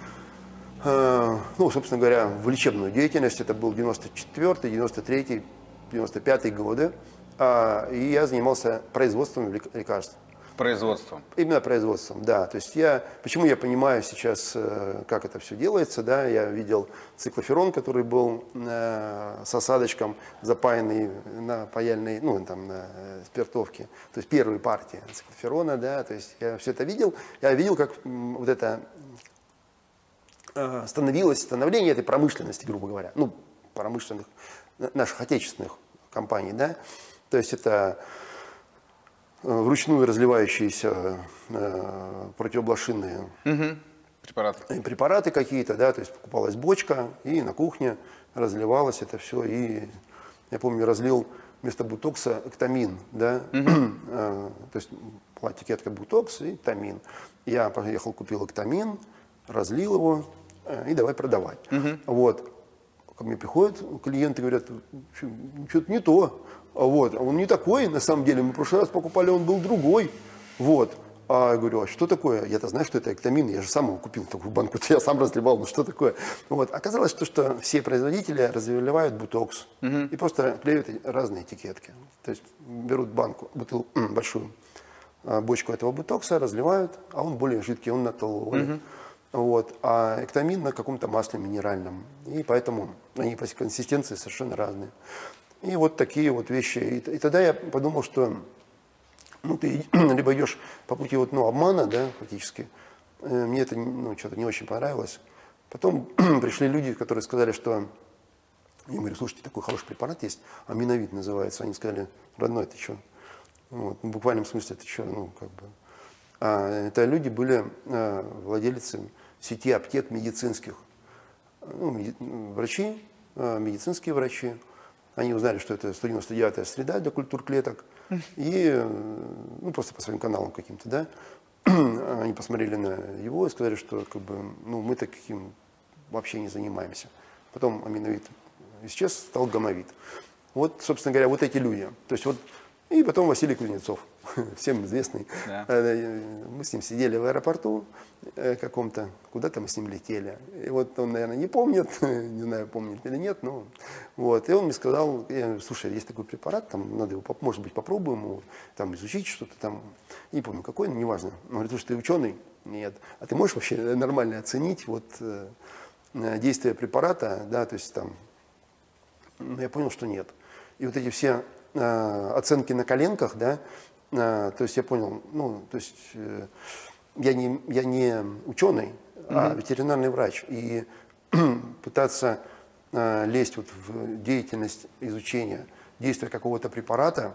собственно говоря, в лечебную деятельность. Это был 94-й, 93-й, 95-й годы. И я занимался производством лекарств. Производством. Именно производством, да. То есть почему я понимаю сейчас, как это все делается, да, я видел циклоферон, который был с осадочком, запаянный на паяльной, ну, там, на спиртовке, то есть первые партии циклоферона, да, то есть я все это видел, я видел, как вот это становление этой промышленности, грубо говоря, ну, промышленных, наших отечественных компаний, да, то есть это вручную разливающиеся противоблошиные препараты какие-то, да, то есть покупалась бочка, и на кухне разливалось это все, и я помню, разлил вместо бутокса эктамин, да, то есть была этикетка бутокс и эктамин. Я поехал, купил эктамин, разлил его и давай продавать. Вот. Ко мне приходят клиенты, говорят, что-то не то. Вот. Он не такой, на самом деле. Мы в прошлый раз покупали, он был другой. Вот. А я говорю, а что такое? Я-то знаю, что это эктамин. Я же сам его купил, такую банку. Я сам разливал, ну что такое? Вот. Оказалось, что все производители разливают бутокс. И просто клеют разные этикетки. То есть берут банку, большую бочку этого бутокса, разливают, а он более жидкий, он на толлоле. Вот. А эктамин на каком-то масле минеральном. И поэтому они по консистенции совершенно разные. И вот такие вот вещи. И тогда я подумал, что ну, ты либо идешь по пути вот, ну, обмана, да, фактически. Мне это что-то не очень понравилось. Потом пришли люди, которые сказали, что... Я говорю, слушайте, такой хороший препарат есть, аминовид называется. Они сказали, родной, ты что? Вот, в буквальном смысле, ты что? Ну, как бы... это люди были владельцы сети аптек медицинских. Ну, врачи, медицинские врачи. Они узнали, что это 199-я среда для культур клеток. И ну, просто по своим каналам каким-то, да, они посмотрели на его и сказали, что как бы, ну, мы таким вообще не занимаемся. Потом аминовид исчез, стал гомовид. Вот, собственно говоря, вот эти люди. То есть вот, и потом Василий Кузнецов, всем известный. Да. Мы с ним сидели в аэропорту каком-то, куда-то мы с ним летели. И вот он, наверное, не помнит, не знаю, помнит или нет, но вот. И он мне сказал, слушай, есть такой препарат, там надо его, может быть, попробуем его, там изучить что-то там. Не помню, какой, но неважно. Он говорит, слушай, ты ученый? Нет. А ты можешь вообще нормально оценить вот действие препарата, да, то есть там, я понял, что нет. И вот эти все оценки на коленках, да, то есть я понял, ну, то есть я не ученый, а ветеринарный врач. И пытаться лезть вот в деятельность изучения действия какого-то препарата,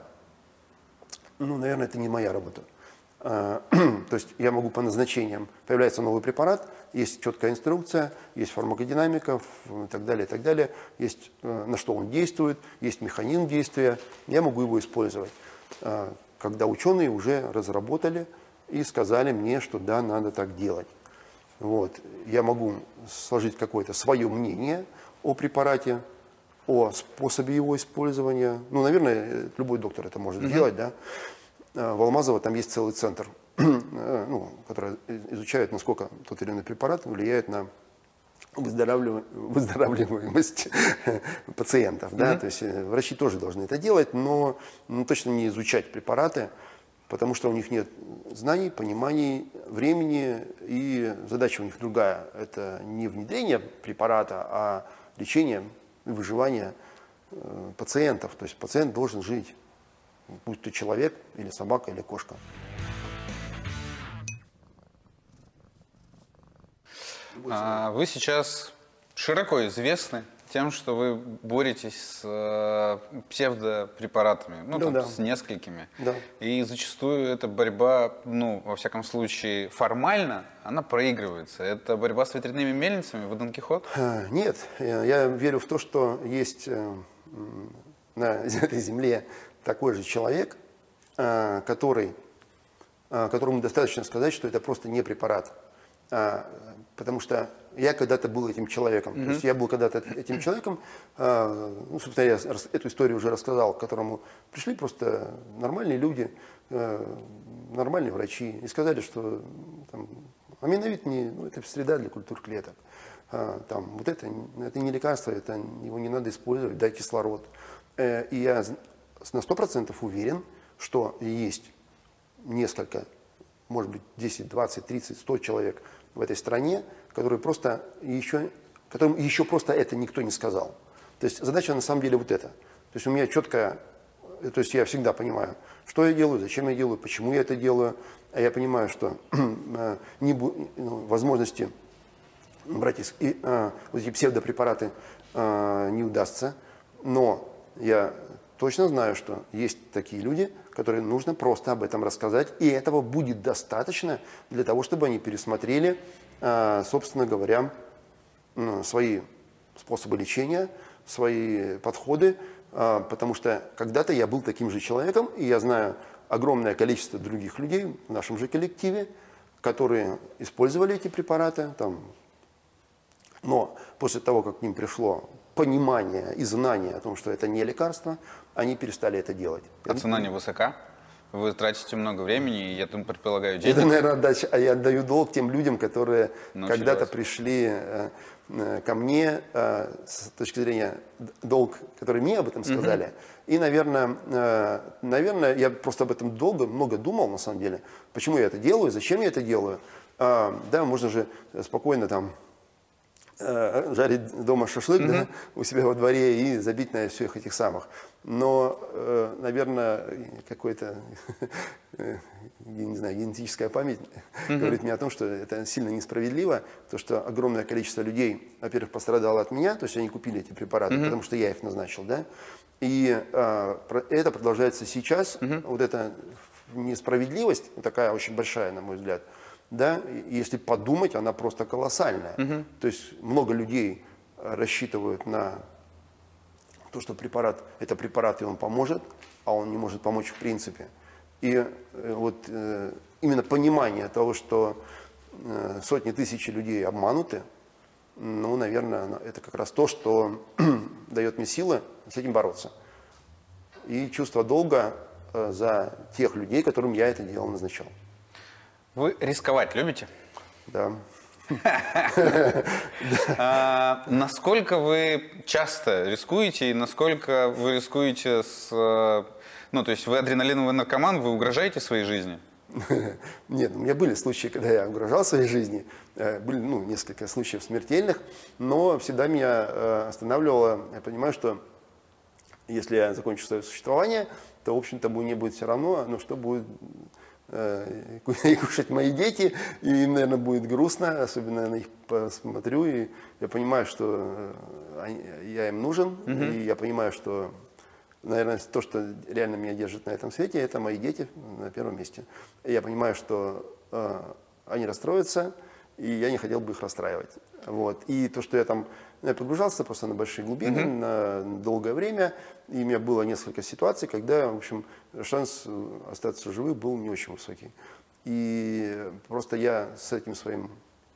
ну, наверное, это не моя работа. То есть я могу по назначениям, появляется новый препарат, есть четкая инструкция, есть фармакодинамика и так далее, есть на что он действует, есть механизм действия, я могу его использовать. Когда ученые уже разработали и сказали мне, что да, надо так делать. Вот. Я могу сложить какое-то свое мнение о препарате, о способе его использования. Ну, наверное, любой доктор это может делать, да. В Алмазово там есть целый центр, ну, который изучает, насколько тот или иной препарат влияет на выздоравливаемость пациентов. Да? То есть врачи тоже должны это делать, но точно не изучать препараты, потому что у них нет знаний, пониманий, времени, и задача у них другая. Это не внедрение препарата, а лечение и выживание пациентов. То есть пациент должен жить. Будь то человек, или собака, или кошка. Вы сейчас широко известны тем, что вы боретесь с псевдопрепаратами, ну, там, с несколькими. Да. И зачастую эта борьба, ну, во всяком случае, формально, она проигрывается. Это борьба с ветряными мельницами, вы Дон Кихот? Нет, я верю в то, что есть на этой земле такой же человек, которому достаточно сказать, что это просто не препарат. Потому что я когда-то был этим человеком. То есть я был когда-то этим человеком, ну, собственно, я эту историю уже рассказал, к которому пришли просто нормальные люди, нормальные врачи, и сказали, что там, аминовид это среда для культур клеток. Там, вот это не лекарство, его не надо использовать, дай кислород. И я на 100% уверен, что есть несколько, может быть, 10, 20, 30, 100 человек в этой стране, которым еще просто это никто не сказал. То есть задача на самом деле вот эта. То есть у меня четкая, то есть я всегда понимаю, что я делаю, зачем я делаю, почему я это делаю. А я понимаю, что возможности брать вот эти псевдопрепараты не удастся. Но я точно знаю, что есть такие люди, которым нужно просто об этом рассказать. И этого будет достаточно для того, чтобы они пересмотрели, собственно говоря, свои способы лечения, свои подходы. Потому что когда-то я был таким же человеком, и я знаю огромное количество других людей в нашем же коллективе, которые использовали эти препараты. Но после того, как к ним пришло понимание и знание о том, что это не лекарство, они перестали это делать. А цена невысока? Вы тратите много времени, и я там предполагаю денег. Это, наверное, отдача. А я отдаю долг тем людям, которые когда-то пришли ко мне с точки зрения долг, которые мне об этом сказали. И, наверное, я просто об этом много думал, на самом деле. Почему я это делаю, зачем я это делаю. Да, можно же спокойно там жарить дома шашлык, да, у себя во дворе и забить на всех этих самых. Но, наверное, какой-то, не знаю, генетическая память говорит мне о том, что это сильно несправедливо, то что огромное количество людей, во-первых, пострадало от меня, то есть они купили эти препараты, потому что я их назначил, да, и это продолжается сейчас, вот эта несправедливость, такая очень большая, на мой взгляд, да, если подумать, она просто колоссальная. То есть много людей рассчитывают на то, что это препарат, и он поможет, а он не может помочь в принципе. И вот именно понимание того, что сотни тысяч людей обмануты, ну, наверное, это как раз то, что дает мне силы с этим бороться. И чувство долга за тех людей, которым я это дело назначал. Вы рисковать любите? Да. Насколько вы часто рискуете и насколько вы рискуете ну, то есть вы адреналиновый наркоман, вы угрожаете своей жизни? Нет, у меня были случаи, когда я угрожал своей жизни, были несколько случаев смертельных, но всегда меня останавливало, я понимаю, что если я закончу свое существование, то, в общем-то, мне будет все равно, но что будет кушать мои дети, и им, наверное, будет грустно, особенно я на них посмотрю, и я понимаю, что я им нужен, и я понимаю, что, наверное, то, что реально меня держит на этом свете, это мои дети на первом месте. И я понимаю, что они расстроятся, и я не хотел бы их расстраивать. Вот. И то, что я погружался просто на большие глубины, на долгое время, и у меня было несколько ситуаций, когда, в общем, шанс остаться живым был не очень высокий. И просто я с этим своим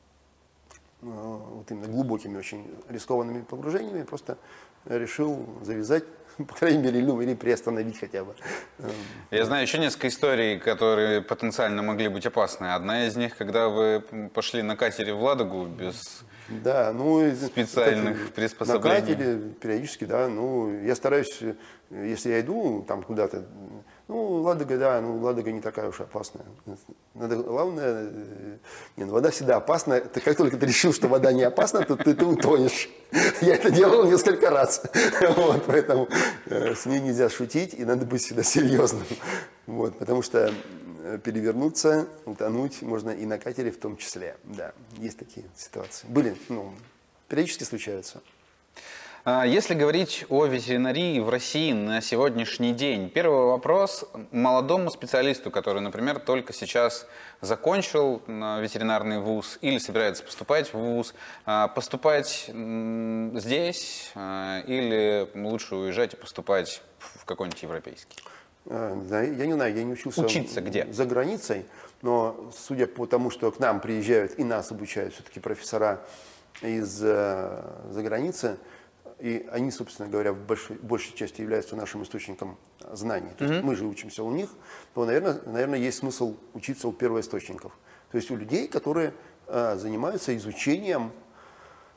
вот именно глубокими, очень рискованными погружениями просто решил завязать, по крайней мере, или приостановить хотя бы. Я знаю еще несколько историй, которые потенциально могли быть опасны. Одна из них, когда вы пошли на катере в Ладогу без специальных приспособлений. На катере периодически, да. Я стараюсь, если я иду там куда-то, Ладога, да, Ладога не такая уж опасная. Главное, вода всегда опасна. Как только ты решил, что вода не опасна, то ты утонешь. Я это делал несколько раз. Вот, поэтому с ней нельзя шутить, и надо быть всегда серьезным. Вот, потому что перевернуться, утонуть можно и на катере в том числе. Да, есть такие ситуации. Периодически случаются. Если говорить о ветеринарии в России на сегодняшний день, первый вопрос молодому специалисту, который, например, только сейчас закончил ветеринарный вуз или собирается поступать в вуз, поступать здесь или лучше уезжать и поступать в какой-нибудь европейский? Да, я не знаю, я не учился Учиться где? За границей, но судя по тому, что к нам приезжают и нас обучают все-таки профессора из-за границы, и они, собственно говоря, в большей части являются нашим источником знаний. То есть мы же учимся у них, то, наверное, есть смысл учиться у первоисточников. То есть у людей, которые занимаются изучением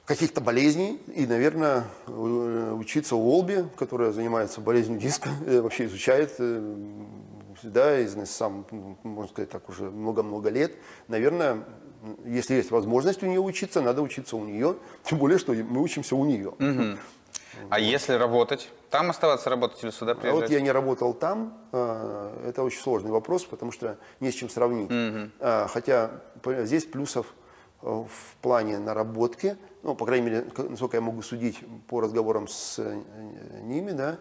каких-то болезней и, наверное, учиться у Олби, которая занимается болезнью диска, вообще изучает, да, сам, можно сказать так, уже много-много лет. Наверное, если есть возможность у нее учиться, надо учиться у нее, тем более, что мы учимся у нее. А если работать? Там оставаться работать или сюда приезжать? А вот я не работал там, это очень сложный вопрос, потому что не с чем сравнить. Хотя здесь плюсов в плане наработки, ну, по крайней мере, насколько я могу судить по разговорам с ними, да,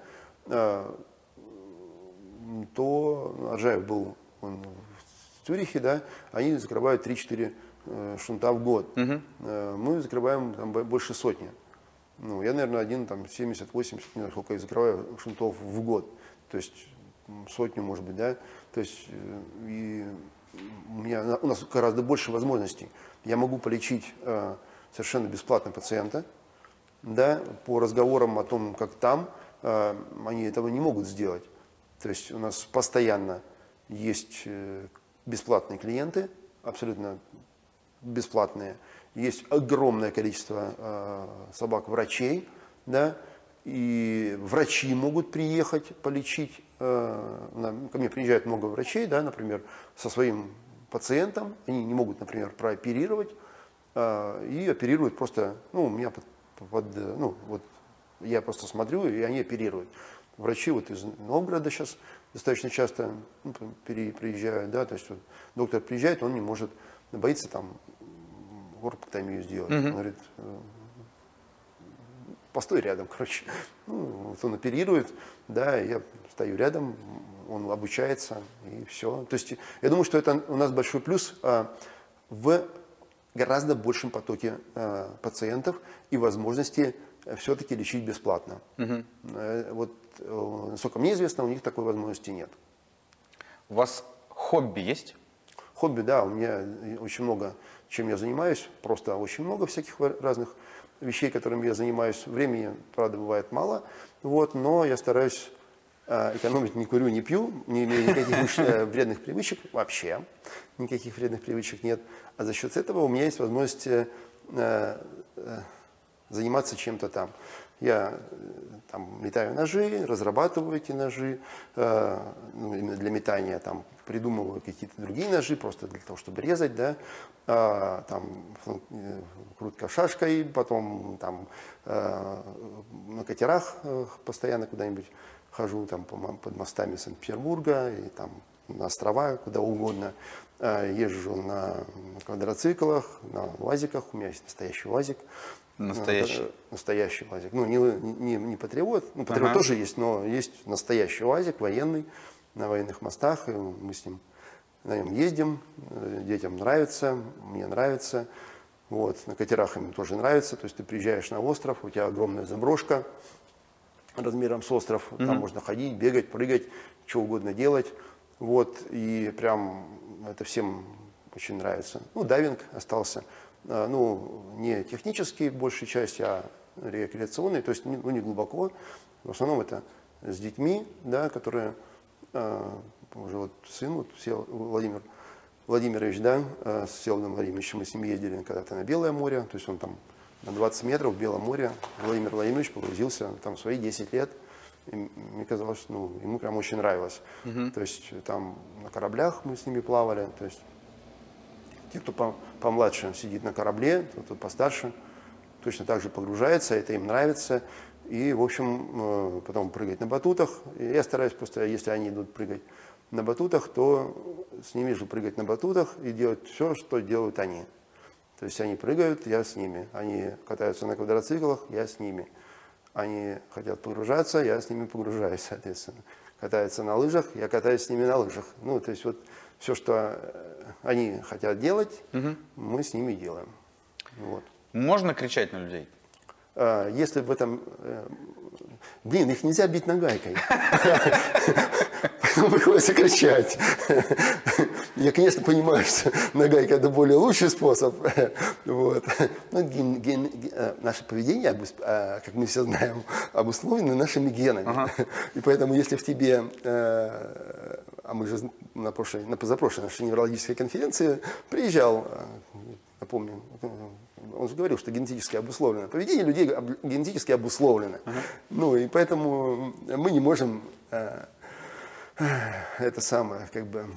то Аджаев был в Цюрихе, да, они закрывают 3-4 шунта в год. Мы закрываем там больше сотни. Ну, я, наверное, один там 70-80, не знаю, сколько я закрываю шунтов в год. То есть сотню, может быть, да. То есть и у нас гораздо больше возможностей. Я могу полечить совершенно бесплатно пациента, да, по разговорам о том, как там, они этого не могут сделать. То есть у нас постоянно есть бесплатные клиенты, абсолютно бесплатные. Есть огромное количество собак-врачей, да, и врачи могут приехать полечить. Ко мне приезжает много врачей, да, например, со своим пациентом. Они не могут, например, прооперировать, и оперируют просто, ну, у меня ну, вот я просто смотрю, и они оперируют. Врачи вот из Новгорода сейчас достаточно часто приезжают, да, то есть вот доктор приезжает, он не может, боится там орбоктомию сделать. Он говорит, постой рядом, короче. Ну, вот он оперирует, да, я стою рядом, он обучается, и все. То есть я думаю, что это у нас большой плюс в гораздо большем потоке пациентов и возможности все-таки лечить бесплатно. Вот, насколько мне известно, у них такой возможности нет. У вас хобби есть? Хобби, да, у меня очень много, чем я занимаюсь, просто очень много всяких разных вещей, которыми я занимаюсь. Времени, правда, бывает мало, вот, но я стараюсь экономить, не курю, не пью, не имею никаких вредных привычек, вообще никаких вредных привычек нет. А за счет этого у меня есть возможность заниматься чем-то там. Я там метаю ножи, разрабатываю эти ножи, ну, именно для метания, там, придумываю какие-то другие ножи, просто для того, чтобы резать, да, там, крутка шашкой, потом там на катерах постоянно куда-нибудь хожу, там, под мостами Санкт-Петербурга, и там на острова, куда угодно. Езжу на квадроциклах, на УАЗиках, у меня есть настоящий УАЗик. Настоящий? Настоящий УАЗик. Ну, не Патриот, ну, Патриот тоже есть, но есть настоящий УАЗик, военный, на военных мостах, и мы с ним на нем ездим, детям нравится, мне нравится, вот, на катерах им тоже нравится, то есть ты приезжаешь на остров, у тебя огромная заброшка размером с остров, там можно ходить, бегать, прыгать, что угодно делать, вот, и прям это всем очень нравится. Ну, дайвинг остался. Ну, не технический в большей части, а рекреационный, то есть ну, не глубоко. В основном это с детьми, да, которые уже вот сын, вот, Владимир Владимирович, да, с Всеволодом Владимировичем, мы с ним ездили когда-то на Белое море, то есть он там на 20 метров в Белом море. Владимир Владимирович погрузился там в свои 10 лет. И мне казалось, ну, ему прям очень нравилось. То есть там на кораблях мы с ними плавали, то есть те, кто помладше сидит на корабле, кто постарше, точно так же погружается, это им нравится. И, в общем, потом прыгать на батутах. И я стараюсь просто, если они идут прыгать на батутах, то с ними же прыгать на батутах и делать все, что делают они. То есть они прыгают, я с ними. Они катаются на квадроциклах, я с ними. Они хотят погружаться, я с ними погружаюсь, соответственно. Катаются на лыжах, я катаюсь с ними на лыжах. Ну, то есть вот все, что они хотят делать, мы с ними делаем. Вот. Можно кричать на людей? Если в этом... Блин, их нельзя бить нагайкой. Поэтому приходится кричать. Я, конечно, понимаю, что нагайка – это более лучший способ. Вот. Но наше поведение, как мы все знаем, обусловлено нашими генами. И поэтому, если в тебе... А мы же на позапрошлой нашей неврологической конференции приезжал, напомню, он же говорил, что генетически обусловлено. Поведение людей генетически обусловлено. Ну, и поэтому мы не можем это самое, как бы,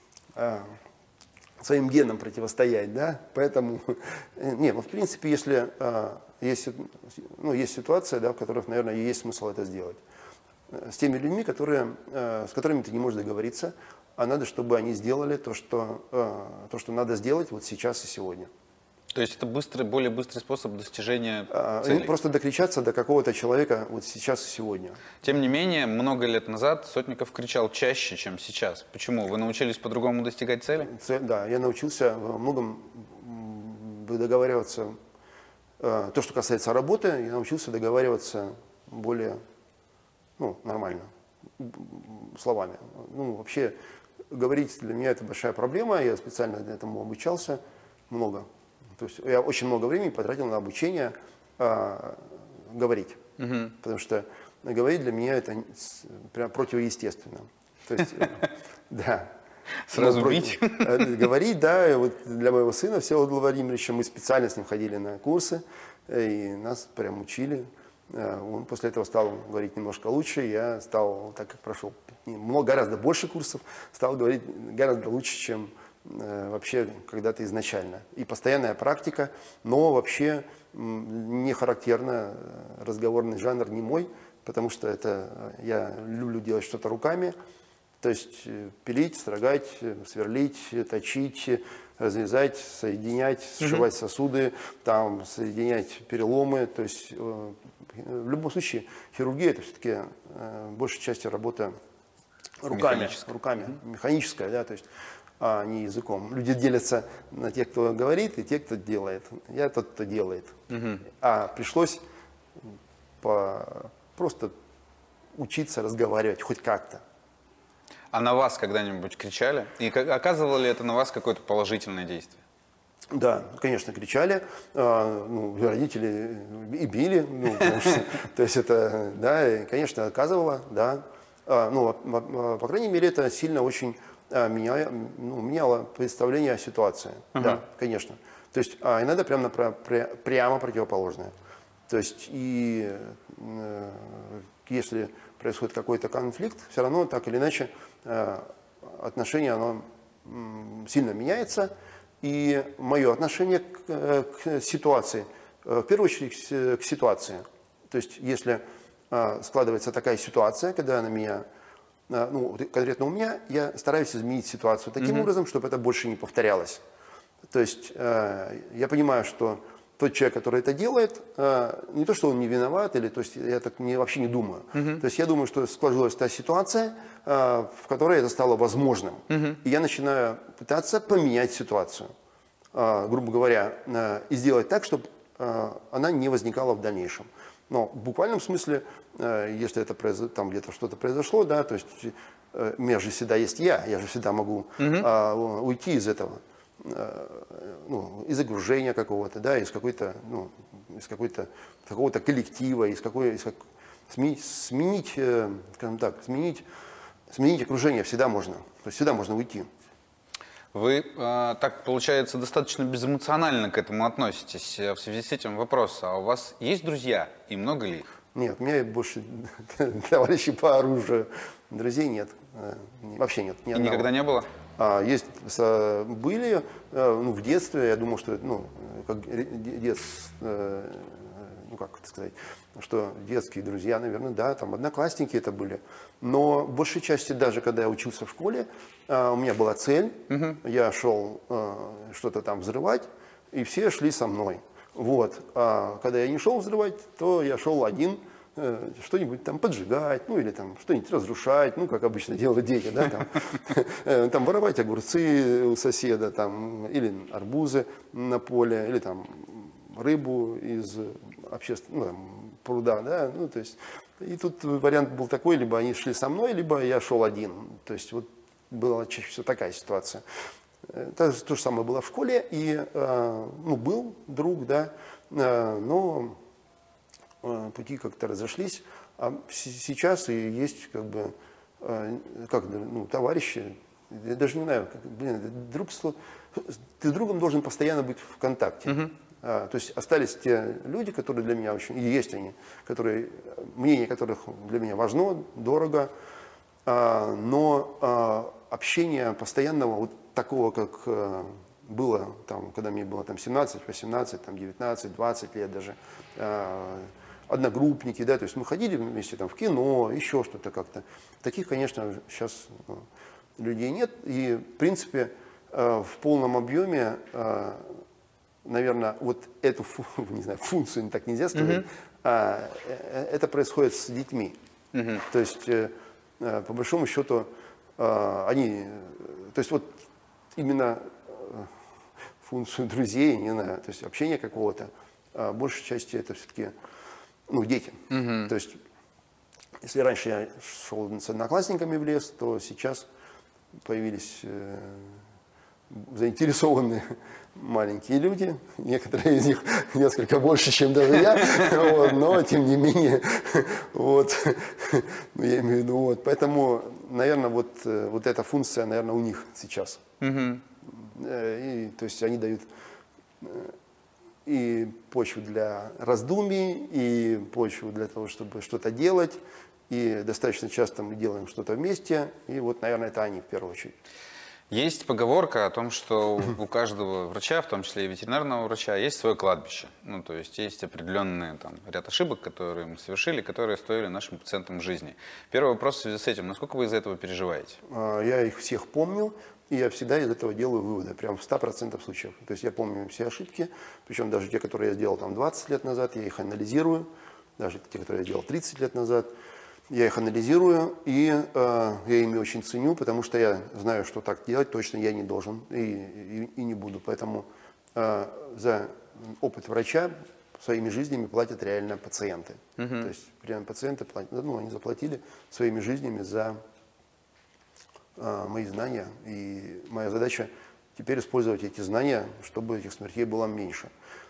своим генам противостоять, да, поэтому, не, ну, в принципе, если есть, ну, есть ситуация, да, в которых, наверное, есть смысл это сделать. С теми людьми, с которыми ты не можешь договориться, а надо, чтобы они сделали то, что надо сделать вот сейчас и сегодня. То есть это более быстрый способ достижения цели. Просто докричаться до какого-то человека вот сейчас и сегодня. Тем не менее, много лет назад Сотников кричал чаще, чем сейчас. Почему? Вы научились по-другому достигать цели? Да, я научился во многом договариваться. То, что касается работы, я научился договариваться более, ну, нормально, словами. Ну, вообще, говорить для меня это большая проблема. Я специально этому обучался много. То есть я очень много времени потратил на обучение говорить. Потому что говорить для меня это прям противоестественно. То есть, да. Сразу бить? Говорить, да. И вот для моего сына Всеволода Владимировича мы специально с ним ходили на курсы, и нас прям учили. Он после этого стал говорить немножко лучше. Я стал, так как прошел гораздо больше курсов, стал говорить гораздо лучше, чем вообще когда-то изначально. И постоянная практика, но вообще не характерно, разговорный жанр не мой, потому что я люблю делать что-то руками, то есть пилить, строгать, сверлить, точить, разрезать, соединять, сшивать сосуды, там, соединять переломы. То есть в любом случае хирургия это все-таки большей частью работа руками, механическая, да, то есть а не языком. Люди делятся на тех, кто говорит, и тех, кто делает. Я тот, кто делает. А пришлось просто учиться разговаривать хоть как-то. А на вас когда-нибудь кричали? И оказывало ли это на вас какое-то положительное действие? Да, конечно, кричали. Ну, родители и били. Ну, то есть это, да, конечно, оказывало, да. Ну, по крайней мере, это сильно очень меняло представление о ситуации. Да, конечно. То есть иногда прямо противоположное. То есть и если происходит какой-то конфликт, все равно так или иначе отношение оно сильно меняется. И мое отношение к ситуации, в первую очередь к ситуации. То есть если складывается такая ситуация, когда на меня, ну, конкретно у меня, я стараюсь изменить ситуацию таким образом, чтобы это больше не повторялось. То есть я понимаю, что тот человек, который это делает, не то, что он не виноват, или, то есть я так вообще не думаю. То есть я думаю, что сложилась та ситуация, в которой это стало возможным. И я начинаю пытаться поменять ситуацию, грубо говоря, и сделать так, чтобы она не возникала в дальнейшем. Но в буквальном смысле, если это там где-то что-то произошло, да, то есть у меня же всегда есть я же всегда могу уйти из этого, ну, из окружения какого-то, да, из какой-то, ну, из какого-то коллектива, сменить, скажем так, сменить окружение всегда можно, то есть всегда можно уйти. Вы, так получается, достаточно безэмоционально к этому относитесь. В связи с этим вопрос, а у вас есть друзья и много ли их? Нет, у меня больше товарищей по оружию. Друзей нет, вообще нет. И никогда не было? Есть, были, ну, в детстве, я думал, что, ну, как ну, как это сказать, что детские друзья, наверное, да, там одноклассники это были. Но в большей части, даже когда я учился в школе, у меня была цель, я шел что-то там взрывать, и все шли со мной. Вот. А когда я не шел взрывать, то я шел один, что-нибудь там поджигать, ну или там что-нибудь разрушать, ну как обычно делают дети, да, там воровать огурцы у соседа, там, или арбузы на поле, или там рыбу из общественного пруда, да, ну то есть, и тут вариант был такой, либо они шли со мной, либо я шел один, то есть вот была чаще всего такая ситуация. То же самое было в школе, и, ну, был друг, да, но пути как-то разошлись, а сейчас и есть как бы, ну, товарищи, я даже не знаю, блин, ты с другом должен постоянно быть в контакте. То есть остались те люди, которые для меня очень, и есть они, которые, мнение которых для меня важно, дорого, но общение постоянного, вот такого, как было, там, когда мне было там, 17, 18, там, 19, 20 лет даже, одногруппники, да, то есть мы ходили вместе там, в кино, еще что-то как-то. Таких, конечно, сейчас людей нет. И, в принципе, в полном объеме, наверное, вот эту не знаю, функцию так нельзя сказать, это происходит с детьми. То есть, по большому счету, они, то есть вот именно функцию друзей, не знаю, то есть общение какого-то, большей части это все-таки дети. То есть, если раньше я шел с одноклассниками в лес, то сейчас появились заинтересованные маленькие люди, некоторые из них несколько больше, чем даже я, но тем не менее, я имею в виду, поэтому, наверное, вот эта функция, наверное, у них сейчас. И, то есть они дают и почву для раздумий, и почву для того, чтобы что-то делать, и достаточно часто мы делаем что-то вместе, и вот, наверное, это они в первую очередь. Есть поговорка о том, что у каждого врача, в том числе и ветеринарного врача, есть свое кладбище. Ну, то есть есть определенный ряд ошибок, которые мы совершили, которые стоили нашим пациентам жизни. Первый вопрос в связи с этим. Насколько вы из-за этого переживаете? Я их всех помню, и я всегда из этого делаю выводы, прям в 100% случаев. То есть я помню все ошибки, причем даже те, которые я сделал 20 лет назад, я их анализирую, даже те, которые я сделал 30 лет назад. Я их анализирую, и я ими очень ценю, потому что я знаю, что так делать точно я не должен и не буду. Поэтому за опыт врача своими жизнями платят реально пациенты. То есть реально пациенты платят, они заплатили своими жизнями за мои знания. И моя задача теперь использовать эти знания, чтобы этих смертей было меньше.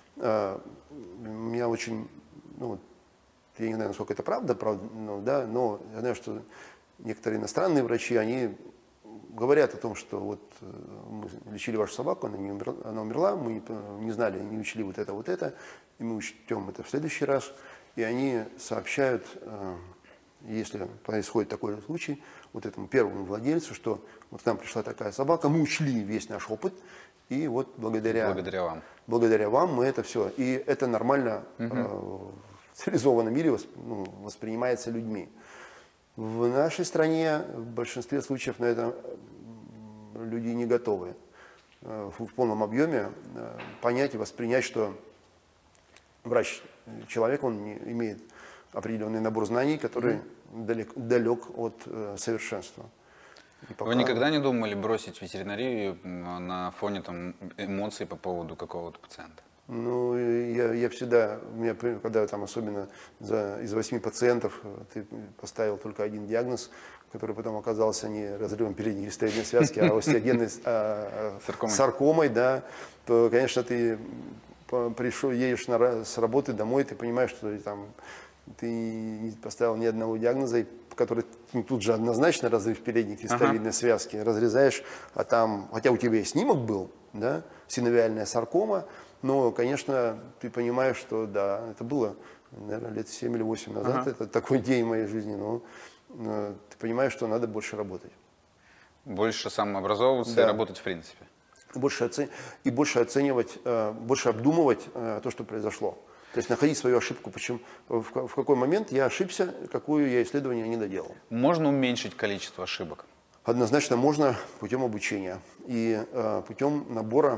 Меня очень... я не знаю, насколько это правда, но я знаю, что некоторые иностранные врачи, они говорят о том, что вот мы лечили вашу собаку, она умерла, мы не знали, не учли вот это, и мы учтем это в следующий раз. И они сообщают, если происходит такой случай, вот этому первому владельцу, что вот к нам пришла такая собака, мы учли весь наш опыт, и вот благодаря вам мы это все. И это нормально в цивилизованном мире воспринимается людьми. В нашей стране в большинстве случаев на это люди не готовы в полном объеме понять и воспринять, что врач-человек, он имеет определенный набор знаний, который далек от совершенства. Вы никогда не думали бросить ветеринарию на фоне эмоций по поводу какого-то пациента? Я всегда, когда особенно из 8 пациентов ты поставил только один диагноз, который потом оказался не разрывом передней листоидной связки, а остеогенной саркомой, да, то, конечно, ты едешь с работы домой, ты понимаешь, что ты не поставил ни одного диагноза, который тут же однозначно разрыв передней листовидной связки, разрезаешь, а там, хотя у тебя и снимок был, да, синовиальная саркома, но, конечно, ты понимаешь, что да, это было, наверное, лет 7 или 8 назад, это такой день в моей жизни, но ты понимаешь, что надо больше работать. Больше самообразовываться и работать в принципе. Больше оценивать, больше обдумывать то, что произошло. То есть находить свою ошибку, почему, в какой момент я ошибся, какое я исследование не доделал. Можно уменьшить количество ошибок? Однозначно можно путем обучения и путем набора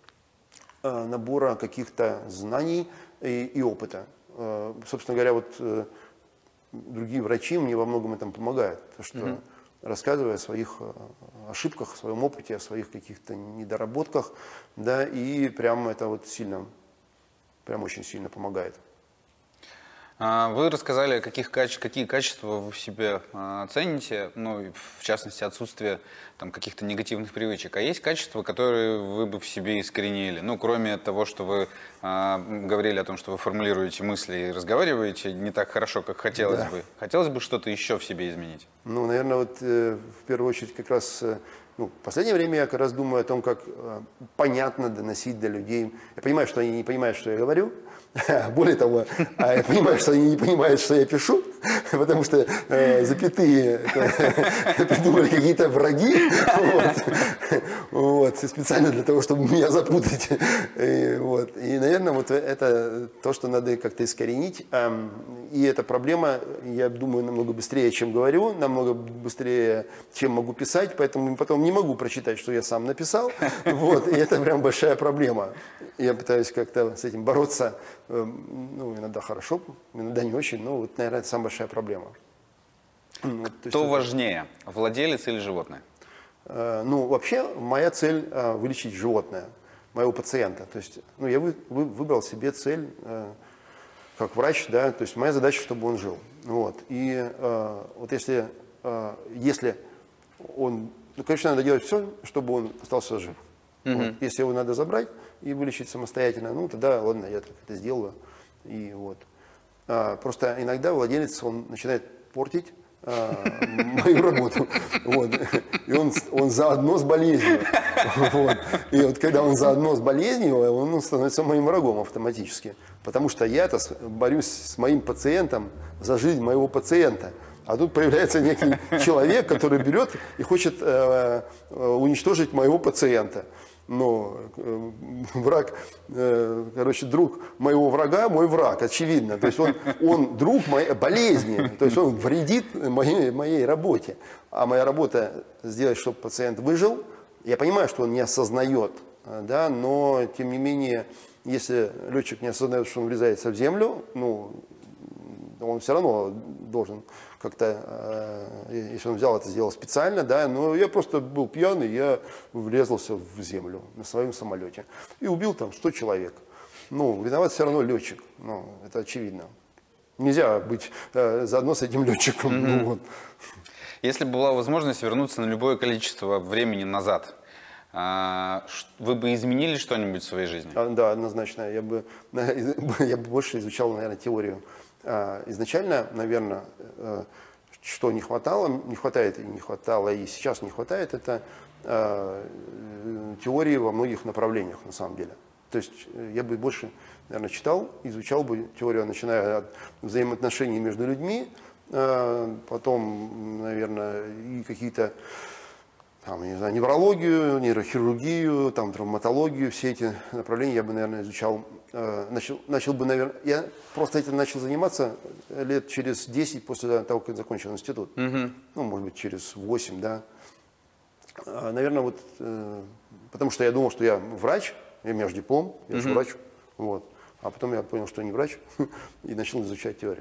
каких-то знаний и опыта. Собственно говоря, вот другие врачи мне во многом этом помогают, потому что рассказывая о своих ошибках, о своем опыте, о своих каких-то недоработках, да, и прям это вот прям очень сильно помогает. Вы рассказали, какие качества вы в себе цените, в частности, отсутствие каких-то негативных привычек. А есть качества, которые вы бы в себе искоренили? Кроме того, что вы говорили о том, что вы формулируете мысли и разговариваете не так хорошо, как хотелось бы. Хотелось бы что-то еще в себе изменить? Наверное, вот в первую очередь как раз Ну, в последнее время я как раз думаю о том, как понятно доносить до людей. Я понимаю, что они не понимают, что я говорю. Более того, я понимаю, что они не понимают, что я пишу, потому что запятые придумали какие-то враги, специально для того, чтобы меня запутать. И, наверное, вот это то, что надо как-то искоренить. И эта проблема, я думаю, намного быстрее, чем говорю, намного быстрее, чем могу писать, поэтому потом не могу прочитать, что я сам написал. И это прям большая проблема. Я пытаюсь как-то с этим бороться. Ну, иногда хорошо, иногда не очень, но вот, наверное, это самая большая проблема. Кто важнее, владелец или животное? Ну, вообще, моя цель вылечить животное, моего пациента. То есть, ну, я выбрал себе цель как врач, да, то есть моя задача, чтобы он жил. И вот если он, ну, конечно, надо делать все, чтобы он остался жив. Если его надо забрать и вылечить самостоятельно, ну, тогда, ладно, я так это сделаю. И просто иногда владелец, он начинает портить мою работу. И он заодно с болезнью. И вот когда он заодно с болезнью, он становится моим врагом автоматически. Потому что я-то борюсь с моим пациентом за жизнь моего пациента. А тут появляется некий человек, который берет и хочет уничтожить моего пациента. Но враг, друг моего врага, мой враг, очевидно. То есть он друг моей болезни, то есть он вредит моей работе. А моя работа сделать, чтобы пациент выжил. Я понимаю, что он не осознает, да, но тем не менее, если летчик не осознает, что он врезается в землю, ну, он все равно должен как-то, если он взял это, сделал специально, да, но я просто был пьяный, я врезался в землю на своем самолете и убил там 100 человек. Ну, виноват все равно летчик, ну, это очевидно. Нельзя быть заодно с этим летчиком. Если бы была возможность вернуться на любое количество времени назад, вы бы изменили что-нибудь в своей жизни? Да, однозначно. Я бы больше изучал, наверное, теорию. Изначально, наверное, что не хватает и сейчас не хватает, это теории во многих направлениях, на самом деле. То есть я бы больше, наверное, читал, изучал бы теорию, начиная от взаимоотношений между людьми, потом, наверное, и какие-то там, не знаю, неврологию, нейрохирургию, там, травматологию, все эти направления я бы, наверное, изучал. Начал бы, наверное, я просто этим начал заниматься лет через 10 после того, как закончил институт. Ну, может быть, через 8, да. Наверное, вот, потому что я думал, что я врач, я имею диплом, я же врач, вот. А потом я понял, что не врач, и начал изучать теорию.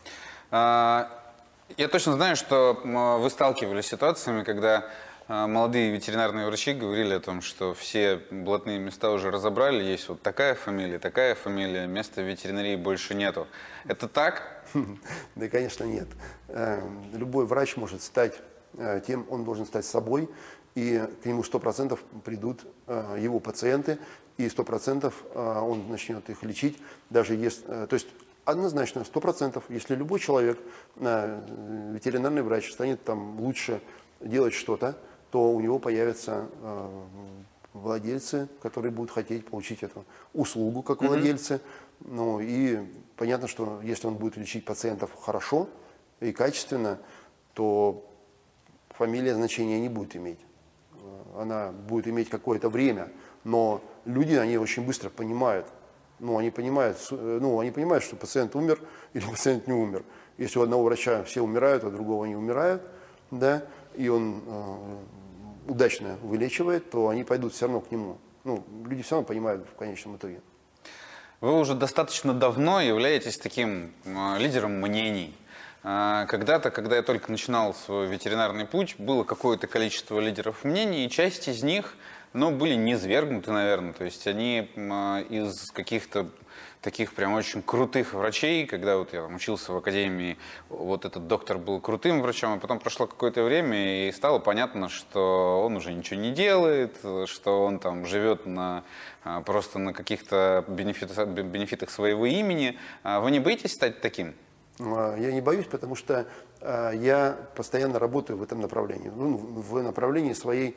Я точно знаю, что вы сталкивались с ситуациями, когда молодые ветеринарные врачи говорили о том, что все блатные места уже разобрали, есть вот такая фамилия, места в ветеринарии больше нету. Это так? Да, конечно, нет. Любой врач может стать тем, он должен стать собой, и к нему 100% придут его пациенты, и 100% он начнет их лечить, даже если, то есть однозначно 100%, если любой человек, ветеринарный врач, станет там лучше делать что-то, то у него появятся владельцы, которые будут хотеть получить эту услугу как владельцы. Ну и понятно, что если он будет лечить пациентов хорошо и качественно, то фамилия значения не будет иметь. Она будет иметь какое-то время, но люди, они очень быстро понимают. Они понимают, что пациент умер или пациент не умер. Если у одного врача все умирают, а другого не умирают, да, и он удачно вылечивает, то они пойдут все равно к нему. Ну, люди все равно понимают в конечном итоге. Вы уже достаточно давно являетесь таким лидером мнений. Когда-то, когда я только начинал свой ветеринарный путь, было какое-то количество лидеров мнений, и часть из них, были низвергнуты, наверное. То есть они из каких-то таких прям очень крутых врачей, когда вот я там учился в академии, вот этот доктор был крутым врачом, а потом прошло какое-то время, и стало понятно, что он уже ничего не делает, что он там живет просто на каких-то бенефитах своего имени. Вы не боитесь стать таким? Я не боюсь, потому что я постоянно работаю в этом направлении, в направлении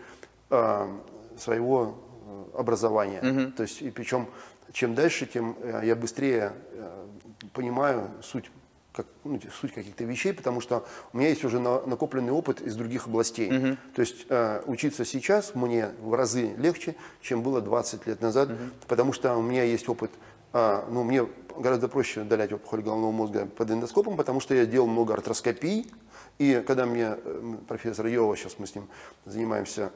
своего образования. То есть, и причем, чем дальше, тем я быстрее понимаю суть каких-то вещей, потому что у меня есть уже накопленный опыт из других областей. То есть учиться сейчас мне в разы легче, чем было 20 лет назад, потому что у меня есть опыт, мне гораздо проще удалять опухоль головного мозга под эндоскопом, потому что я делал много артроскопий, и когда мне профессор Йова, сейчас мы с ним занимаемся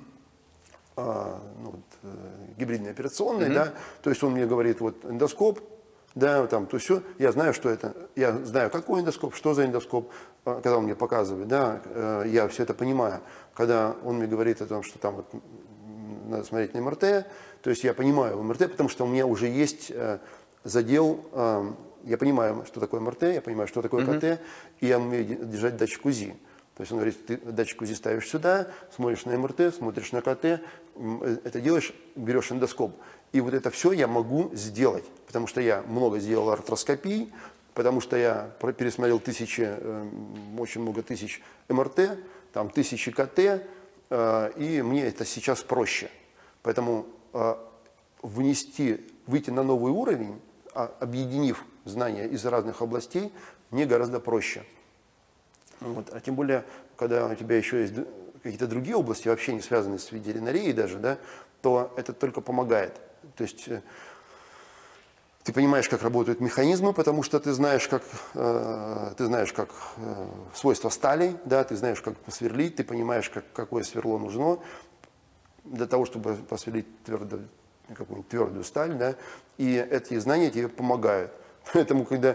гибридной операционной, да, то есть он мне говорит, вот эндоскоп, да, там, то все, я знаю, что это, я знаю, какой эндоскоп, что за эндоскоп, когда он мне показывает, да, я все это понимаю. Когда он мне говорит о том, что там вот надо смотреть на МРТ, то есть я понимаю МРТ, потому что у меня уже есть задел, я понимаю, что такое МРТ, я понимаю, что такое КТ, и я умею держать датчик УЗИ. То есть он говорит, ты датчик УЗИ ставишь сюда, смотришь на МРТ, смотришь на КТ, это делаешь, берешь эндоскоп. И вот это все я могу сделать, потому что я много сделал артроскопий, потому что я пересмотрел очень много тысяч МРТ, там тысячи КТ, и мне это сейчас проще. Поэтому выйти на новый уровень, объединив знания из разных областей, мне гораздо проще. Вот. А тем более, когда у тебя еще есть какие-то другие области, вообще не связанные с ветеринарией даже, да, то это только помогает. То есть ты понимаешь, как работают механизмы, потому что ты знаешь, как свойства стали, да, ты знаешь, как посверлить, ты понимаешь, какое сверло нужно для того, чтобы посверлить какую-нибудь твердую сталь, да, и эти знания тебе помогают. Поэтому, когда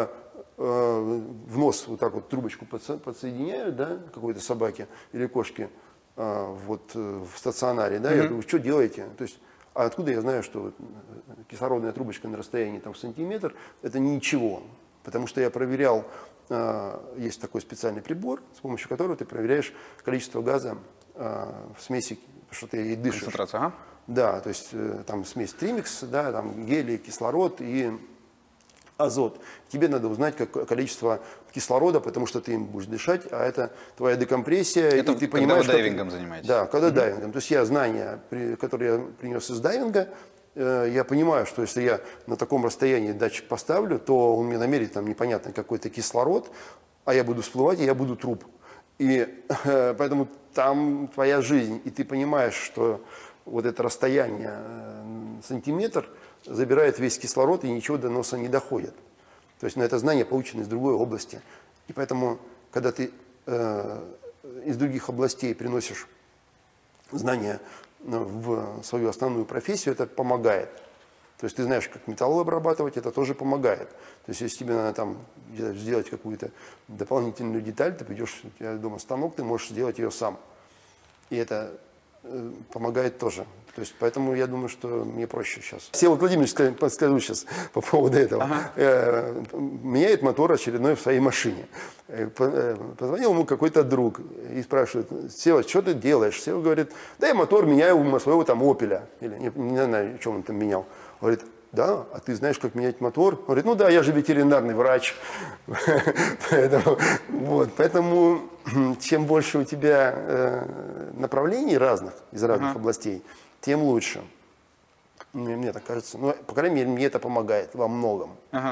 в нос вот так вот трубочку подсоединяют, да, какой-то собаке или кошке в стационаре, да, я говорю, что делаете? То есть, а откуда я знаю, что кислородная трубочка на расстоянии там, сантиметр – это ничего? Потому что я проверял, есть такой специальный прибор, с помощью которого ты проверяешь количество газа в смеси, что ты ей дышишь. Концентрация, ага. Да, то есть там смесь тримикс, да, там гелий, кислород и азот. Тебе надо узнать количество кислорода, потому что ты им будешь дышать, а это твоя декомпрессия. Это и ты когда понимаешь, вы дайвингом занимаетесь? Да, когда дайвингом. То есть я знания, которые я принес из дайвинга, я понимаю, что если я на таком расстоянии датчик поставлю, то он мне намерит там непонятный какой-то кислород, а я буду всплывать, и я буду труп. И поэтому там твоя жизнь, и ты понимаешь, что вот это расстояние сантиметр забирает весь кислород, и ничего до носа не доходит. То есть это знание получено из другой области. И поэтому, когда ты из других областей приносишь знания в свою основную профессию, это помогает. То есть ты знаешь, как металл обрабатывать, это тоже помогает. То есть если тебе надо там сделать какую-то дополнительную деталь, ты придешь, у тебя дома станок, ты можешь сделать ее сам. И это помогает тоже. То есть, поэтому я думаю, что мне проще сейчас. Всеволод Владимирович, скажу сейчас по поводу этого. Меняет мотор очередной в своей машине. Позвонил ему какой-то друг и спрашивает: Сева, что ты делаешь? Сева говорит: да я мотор меняю у своего там Опеля. Или не знаю, что он там менял. Говорит: да, а ты знаешь, как менять мотор? Он говорит: ну да, я же ветеринарный врач. Поэтому чем больше у тебя направлений разных, из разных областей, тем лучше. Мне так кажется. Ну, по крайней мере, мне это помогает во многом.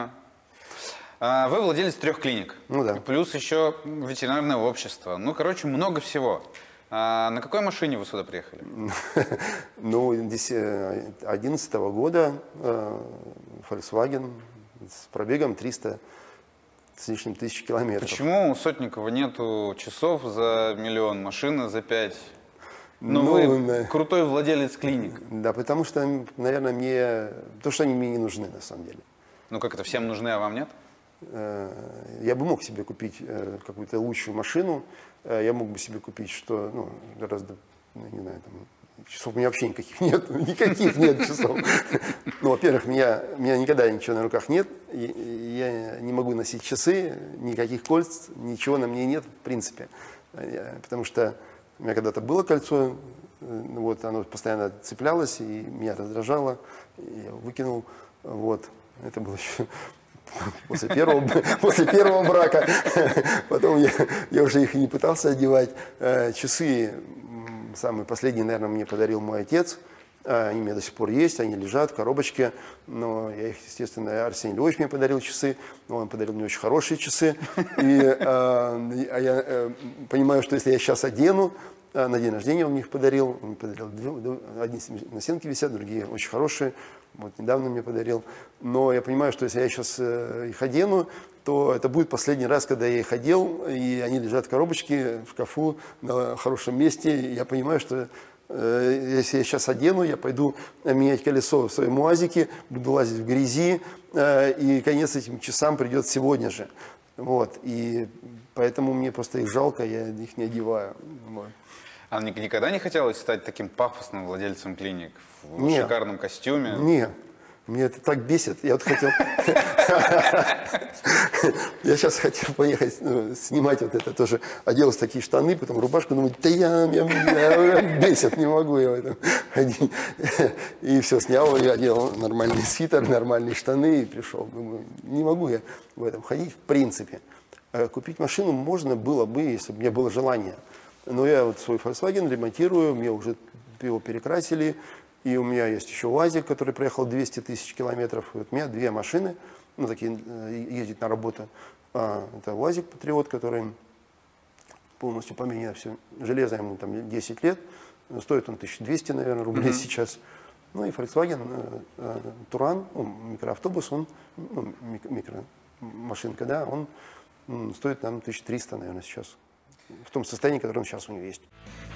Вы владелец 3 клиник. Ну да. Плюс еще ветеринарное общество. Ну, короче, много всего. На какой машине вы сюда приехали? Ну, 2011 года Volkswagen с пробегом 300 с лишним тысяч километров. Почему у Сотникова нету часов за 1 миллион, машины за 5? Вы крутой владелец клиник. Да, потому что, наверное, то, что они мне не нужны, на самом деле. Ну, как это, всем нужны, а вам нет? Я бы мог себе купить какую-то лучшую машину, я мог бы себе купить, что, гораздо, не знаю, там, часов у меня вообще никаких нет часов. Ну, во-первых, у меня никогда ничего на руках нет, я не могу носить часы, никаких кольц, ничего на мне нет, в принципе. Потому что у меня когда-то было кольцо, оно постоянно цеплялось и меня раздражало, я его выкинул, это было еще после первого брака. Потом я уже их и не пытался одевать. Часы, самые последние, наверное, мне подарил мой отец. Они у меня до сих пор есть, они лежат в коробочке. Но я их, естественно, Арсений Львович мне подарил часы. Но он подарил мне очень хорошие часы. Я понимаю, что если я сейчас одену, на день рождения он мне их подарил. Он мне подарил одни на стенке висят, другие очень хорошие. Вот недавно мне подарил. Но я понимаю, что если я сейчас их одену, то это будет последний раз, когда я их одел, и они лежат в коробочке, в шкафу, на хорошем месте. И я понимаю, что если я сейчас одену, я пойду менять колесо в своем УАЗике, буду лазить в грязи, и конец этим часам придет сегодня же. Вот. И поэтому мне просто их жалко, я их не одеваю. Вот. А никогда не хотелось стать таким пафосным владельцем клиник в шикарном костюме? Нет. Мне это так бесит. Я вот хотел... Я сейчас хотел поехать снимать вот это тоже. Оделся такие штаны, потом рубашку. Думаю, да я бесит, не могу я в этом ходить. И все, снял, я одел нормальный свитер, нормальные штаны и пришел. Думаю, не могу я в этом ходить в принципе. Купить машину можно было бы, если бы у меня было желание. Но я вот свой Volkswagen ремонтирую, мне уже его перекрасили. И у меня есть еще УАЗик, который проехал 200 тысяч километров. И вот у меня две машины, ну, такие, ездить на работу. Это УАЗик Патриот, который полностью поменял все. Железо ему там 10 лет. Стоит он 1200, наверное, рублей сейчас. Ну и Volkswagen Туран, микроавтобус, он, ну, микромашинка, да, он стоит нам 1300, наверное, сейчас. В том состоянии, в котором сейчас у него есть.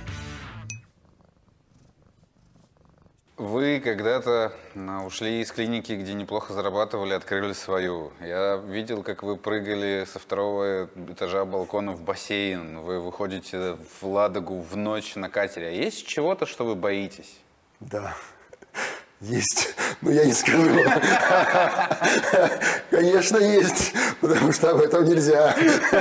Вы когда-то ушли из клиники, где неплохо зарабатывали, открыли свою. Я видел, как вы прыгали со второго этажа балкона в бассейн. Вы выходите в Ладогу в ночь на катере. А есть чего-то, что вы боитесь? Да, есть. Но я не скажу. Конечно, есть. Потому что об этом нельзя.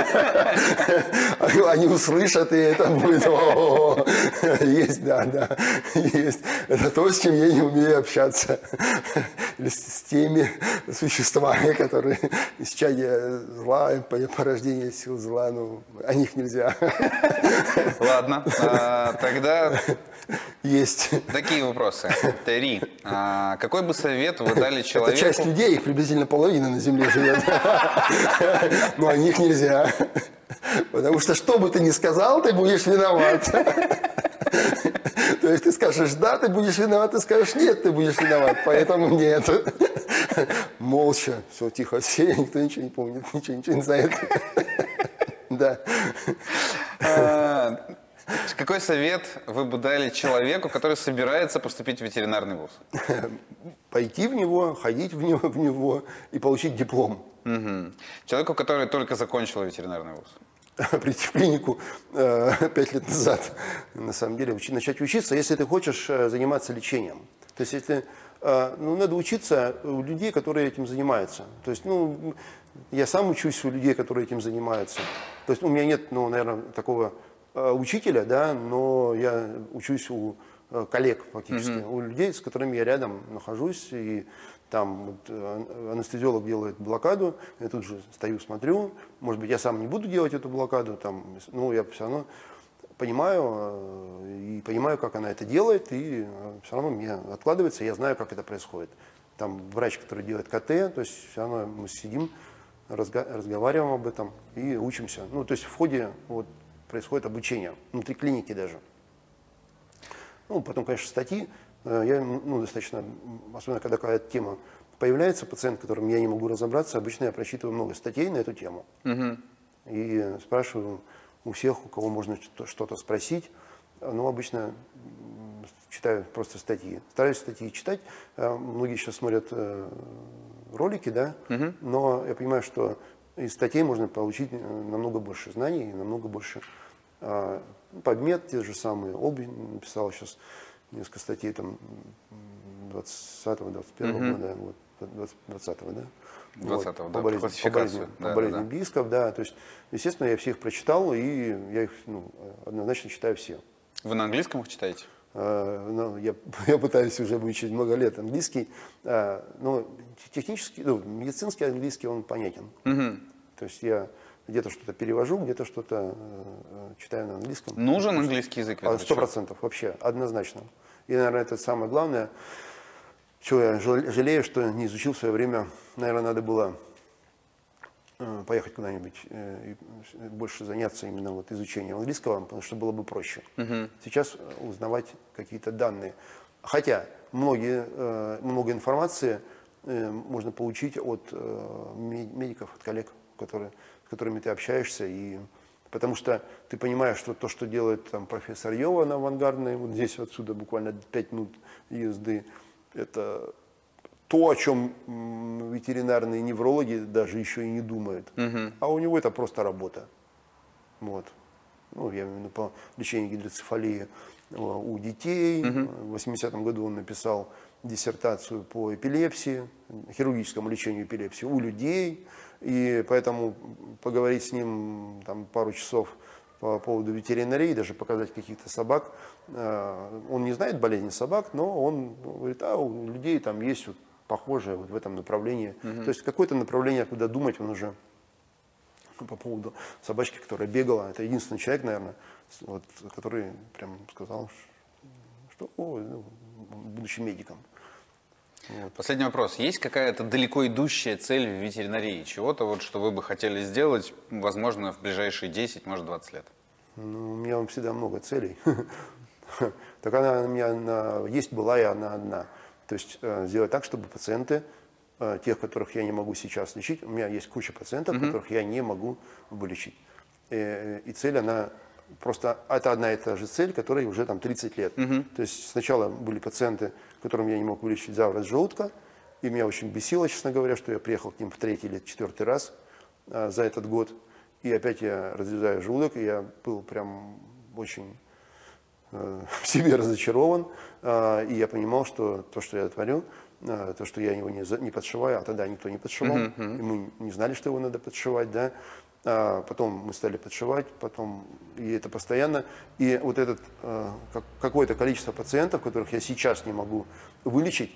Они услышат, и это будет... Есть, да, есть. Это то, с чем я не умею общаться. Или с теми существами, которые из чадия зла, порождения сил зла, ну, о них нельзя. Ладно, тогда... Есть. Такие вопросы. 3. Какой бы совет вы дали человеку... Это часть людей, их приблизительно половина на Земле живет. Но о них нельзя. Потому что бы ты ни сказал, ты будешь виноват. То есть ты скажешь «да», ты будешь виноват, ты скажешь «нет», ты будешь виноват. Поэтому нет. Молча. Все, тихо, все, никто ничего не помнит, ничего не знает. Да. Какой совет вы бы дали человеку, который собирается поступить в ветеринарный вуз? Пойти в него, ходить в него и получить диплом. Угу. Человеку, который только закончил ветеринарный вуз? Прийти в клинику 5 лет назад, на самом деле, начать учиться, если ты хочешь заниматься лечением. То есть, если надо учиться у людей, которые этим занимаются. То есть, я сам учусь у людей, которые этим занимаются. То есть, у меня нет, наверное, такого учителя, да, но я учусь у коллег фактически, у людей, с которыми я рядом нахожусь, и там вот, анестезиолог делает блокаду, я тут же стою, смотрю, может быть, я сам не буду делать эту блокаду, там, но я все равно понимаю, как она это делает, и все равно мне откладывается, я знаю, как это происходит. Там врач, который делает КТ, то есть все равно мы сидим, разговариваем об этом и учимся. Ну, то есть в ходе вот, происходит обучение, внутри клиники даже. Ну, потом, конечно, статьи. Я достаточно, особенно когда какая-то тема появляется, пациент, которым я не могу разобраться, обычно я прочитываю много статей на эту тему. И спрашиваю у всех, у кого можно что-то спросить. Ну, обычно читаю просто статьи. Стараюсь статьи читать. Многие сейчас смотрят ролики, да, но я понимаю, что из статей можно получить намного больше знаний, намного больше PubMed, те же самые, Олби написал сейчас несколько статей там 20-21 года, вот, 20-го, да? 20-го, вот, да, по болезни Бисков, да, то есть, естественно, я все их прочитал, и я их однозначно читаю все. Вы на английском их читаете? Ну, я пытаюсь уже выучить много лет английский, но технический, ну, медицинский английский, он понятен. То есть я где-то что-то перевожу, где-то что-то читаю на английском. Нужен английский язык? 100% вообще, однозначно. И, наверное, это самое главное, чего я жалею, что не изучил в свое время. Наверное, надо было поехать куда-нибудь и больше заняться именно вот изучением английского, потому что было бы проще. Сейчас узнавать какие-то данные. Хотя много информации можно получить от медиков, от коллег, с которыми ты общаешься. И потому что ты понимаешь, что то, что делает там профессор Йова на Авангардной, вот здесь отсюда буквально 5 минут езды, это то, о чем ветеринарные неврологи даже еще и не думают. А у него это просто работа. Вот. Ну, я имею в виду по лечению гидроцефалии у детей. В 80-м году он написал диссертацию по эпилепсии, хирургическому лечению эпилепсии у людей. И поэтому поговорить с ним там, пару часов по поводу ветеринарии, даже показать каких-то собак. Он не знает болезни собак, но он говорит, у людей там есть вот похожее вот в этом направлении. То есть какое-то направление, куда думать, он уже по поводу собачки, которая бегала. Это единственный человек, наверное, вот, который прям сказал, что будучи медиком. Вот. Последний вопрос. Есть какая-то далеко идущая цель в ветеринарии? Чего-то, вот, что вы бы хотели сделать, возможно, в ближайшие 10, может, 20 лет? Ну, у меня всегда много целей. Так она у меня есть, была, и она одна. То есть сделать так, чтобы пациенты, тех, которых я не могу сейчас лечить, у меня есть куча пациентов, которых я не могу вылечить. И цель, она просто, это одна и та же цель, которой уже там 30 лет. То есть сначала были пациенты, которым я не мог вылечить заворот желудка, и меня очень бесило, честно говоря, что я приехал к ним в 3-й или 4-й раз за этот год, и опять я разрезаю желудок, и я был прям очень в себе разочарован, и я понимал, что то, что я творю, то, что я его не подшиваю, а тогда никто не подшивал, и мы не знали, что его надо подшивать, да. Потом мы стали подшивать, потом, и это постоянно, и вот этот какое-то количество пациентов, которых я сейчас не могу вылечить,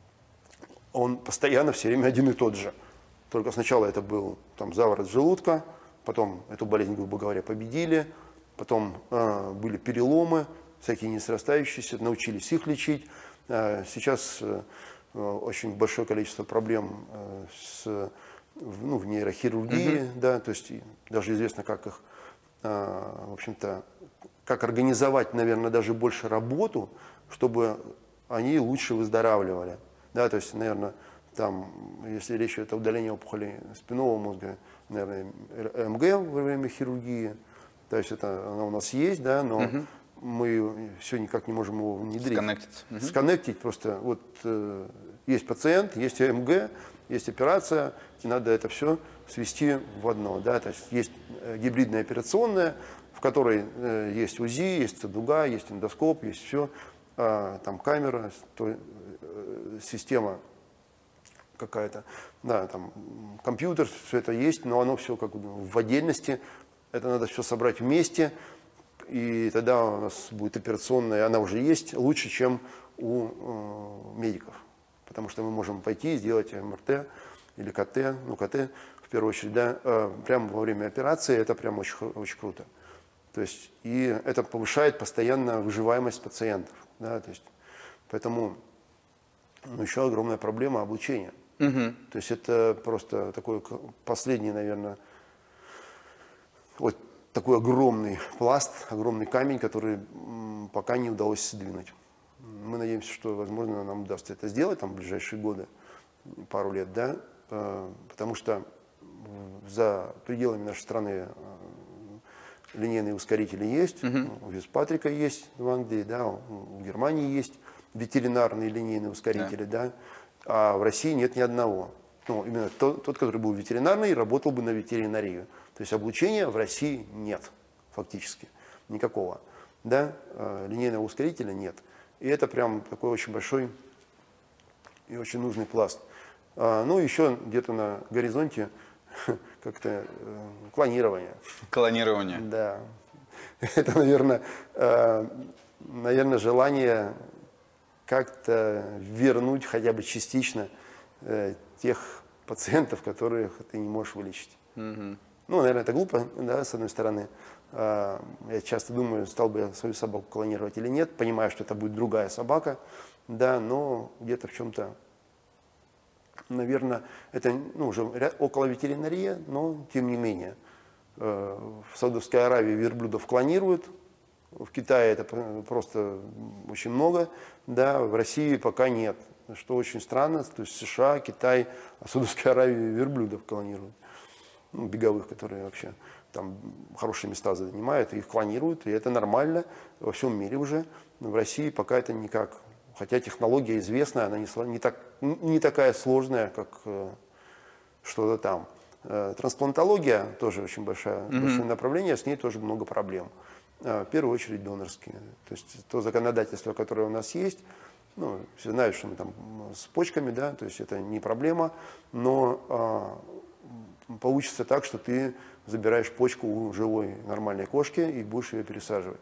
он постоянно все время один и тот же. Только сначала это был там заворот желудка, потом эту болезнь, грубо говоря, победили, потом были переломы, всякие несрастающиеся, научились их лечить. Сейчас очень большое количество проблем в нейрохирургии, да, то есть даже известно, как их, в общем-то, как организовать, наверное, даже больше работу, чтобы они лучше выздоравливали. Да, то есть, наверное, там, если речь идет о удалении опухолей спинного мозга, наверное, МГ во время хирургии, то есть это она у нас есть, да, но мы все никак не можем его внедрить. Сконнектить просто. Вот есть пациент, есть МГ, есть операция, и надо это все свести в одно. Да? То есть гибридная операционная, в которой есть УЗИ, есть дуга, есть эндоскоп, есть все, там камера, система какая-то, да, там компьютер, все это есть, но оно все как бы в отдельности. Это надо все собрать вместе, и тогда у нас будет операционная, она уже есть, лучше, чем у медиков. Потому что мы можем пойти и сделать МРТ или КТ, ну КТ в первую очередь, да, прямо во время операции, это прям очень, очень круто. То есть, и это повышает постоянно выживаемость пациентов. Да, то есть, поэтому еще огромная проблема облучения. То есть это просто такой последний, наверное, вот такой огромный пласт, огромный камень, который пока не удалось сдвинуть. Мы надеемся, что, возможно, нам удастся это сделать там, в ближайшие годы, пару лет, да, потому что за пределами нашей страны линейные ускорители есть, у Виспатрика есть в Англии, да, у Германии есть ветеринарные линейные ускорители, да, а в России нет ни одного. Ну, именно тот, который был ветеринарный, работал бы на ветеринарию. То есть облучения в России нет, фактически, никакого. Да? Линейного ускорителя нет. И это прям такой очень большой и очень нужный пласт. Ну, еще где-то на горизонте как-то клонирование. Клонирование. Да. Это, наверное, наверное, желание как-то вернуть хотя бы частично тех пациентов, которых ты не можешь вылечить. Ну, наверное, это глупо, да, с одной стороны. Я часто думаю, стал бы я свою собаку клонировать или нет, понимаю, что это будет другая собака, да, но где-то в чем-то, наверное, это уже около ветеринария, но тем не менее. В Саудовской Аравии верблюдов клонируют, в Китае это просто очень много, да, в России пока нет, что очень странно, то есть США, Китай, а Саудовская Аравия верблюдов клонируют, беговых, которые вообще там хорошие места занимают, их клонируют, и это нормально во всем мире уже. В России пока это никак. Хотя технология известная, она не такая сложная, как что-то там. Трансплантология тоже очень большое направление, с ней тоже много проблем. В первую очередь донорские. То есть то законодательство, которое у нас есть, ну, все знают, что мы там с почками, да, то есть это не проблема, но получится так, что ты забираешь почку у живой нормальной кошки и будешь ее пересаживать.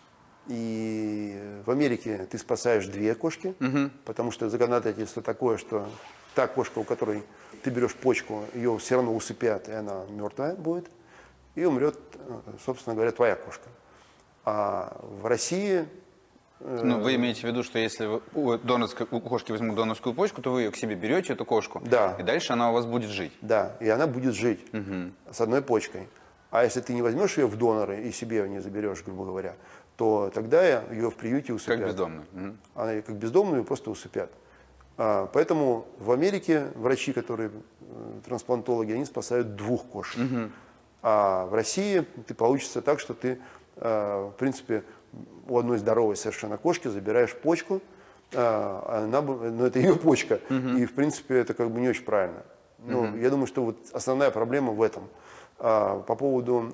И в Америке ты спасаешь 2 кошки, потому что законодательство такое, что та кошка, у которой ты берешь почку, ее все равно усыпят, и она мертвая будет, и умрет, собственно говоря, твоя кошка. А в России... Ну, вы имеете в виду, что если вы у кошки возьмут донорскую почку, то вы ее к себе берете, эту кошку, да, и дальше она у вас будет жить. Да, и она будет жить с одной почкой. А если ты не возьмешь ее в доноры и себе не заберешь, грубо говоря, то тогда ее в приюте усыпят. Как бездомную. Она как бездомную просто усыпят. Поэтому в Америке врачи, которые трансплантологи, они спасают 2 кошек. А в России получится так, что ты, в принципе, у одной здоровой совершенно кошки забираешь почку, но это ее почка, и, в принципе, это как бы не очень правильно. Ну, я думаю, что вот основная проблема в этом. По поводу,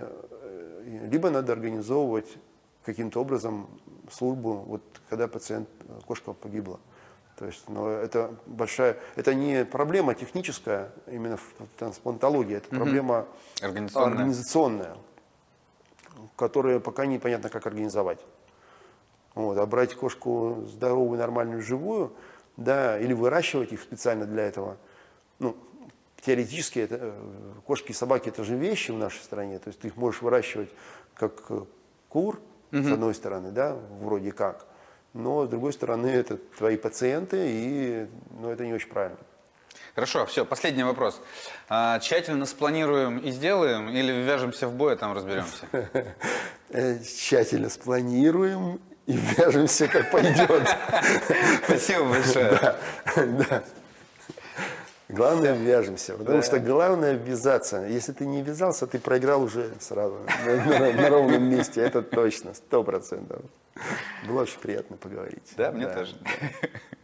либо надо организовывать каким-то образом службу, вот когда кошка погибла. То есть, но это это не проблема техническая, именно в трансплантологии, это проблема организационная, которую пока непонятно, как организовать. Вот, а брать кошку здоровую, нормальную, живую, да, или выращивать их специально для этого, ну, теоретически кошки и собаки это же вещи в нашей стране, то есть ты их можешь выращивать как кур, с одной стороны, да, вроде как, но с другой стороны это твои пациенты, и это не очень правильно. Хорошо, все, последний вопрос. Тщательно спланируем и сделаем, или ввяжемся в бой, а там разберемся? Тщательно спланируем и вяжемся, как пойдет. Спасибо большое. Да. Главное, вяжемся, потому что главное ввязаться. Если ты не ввязался, ты проиграл уже сразу на ровном месте, это точно, 100%. Было очень приятно поговорить. Да, мне тоже.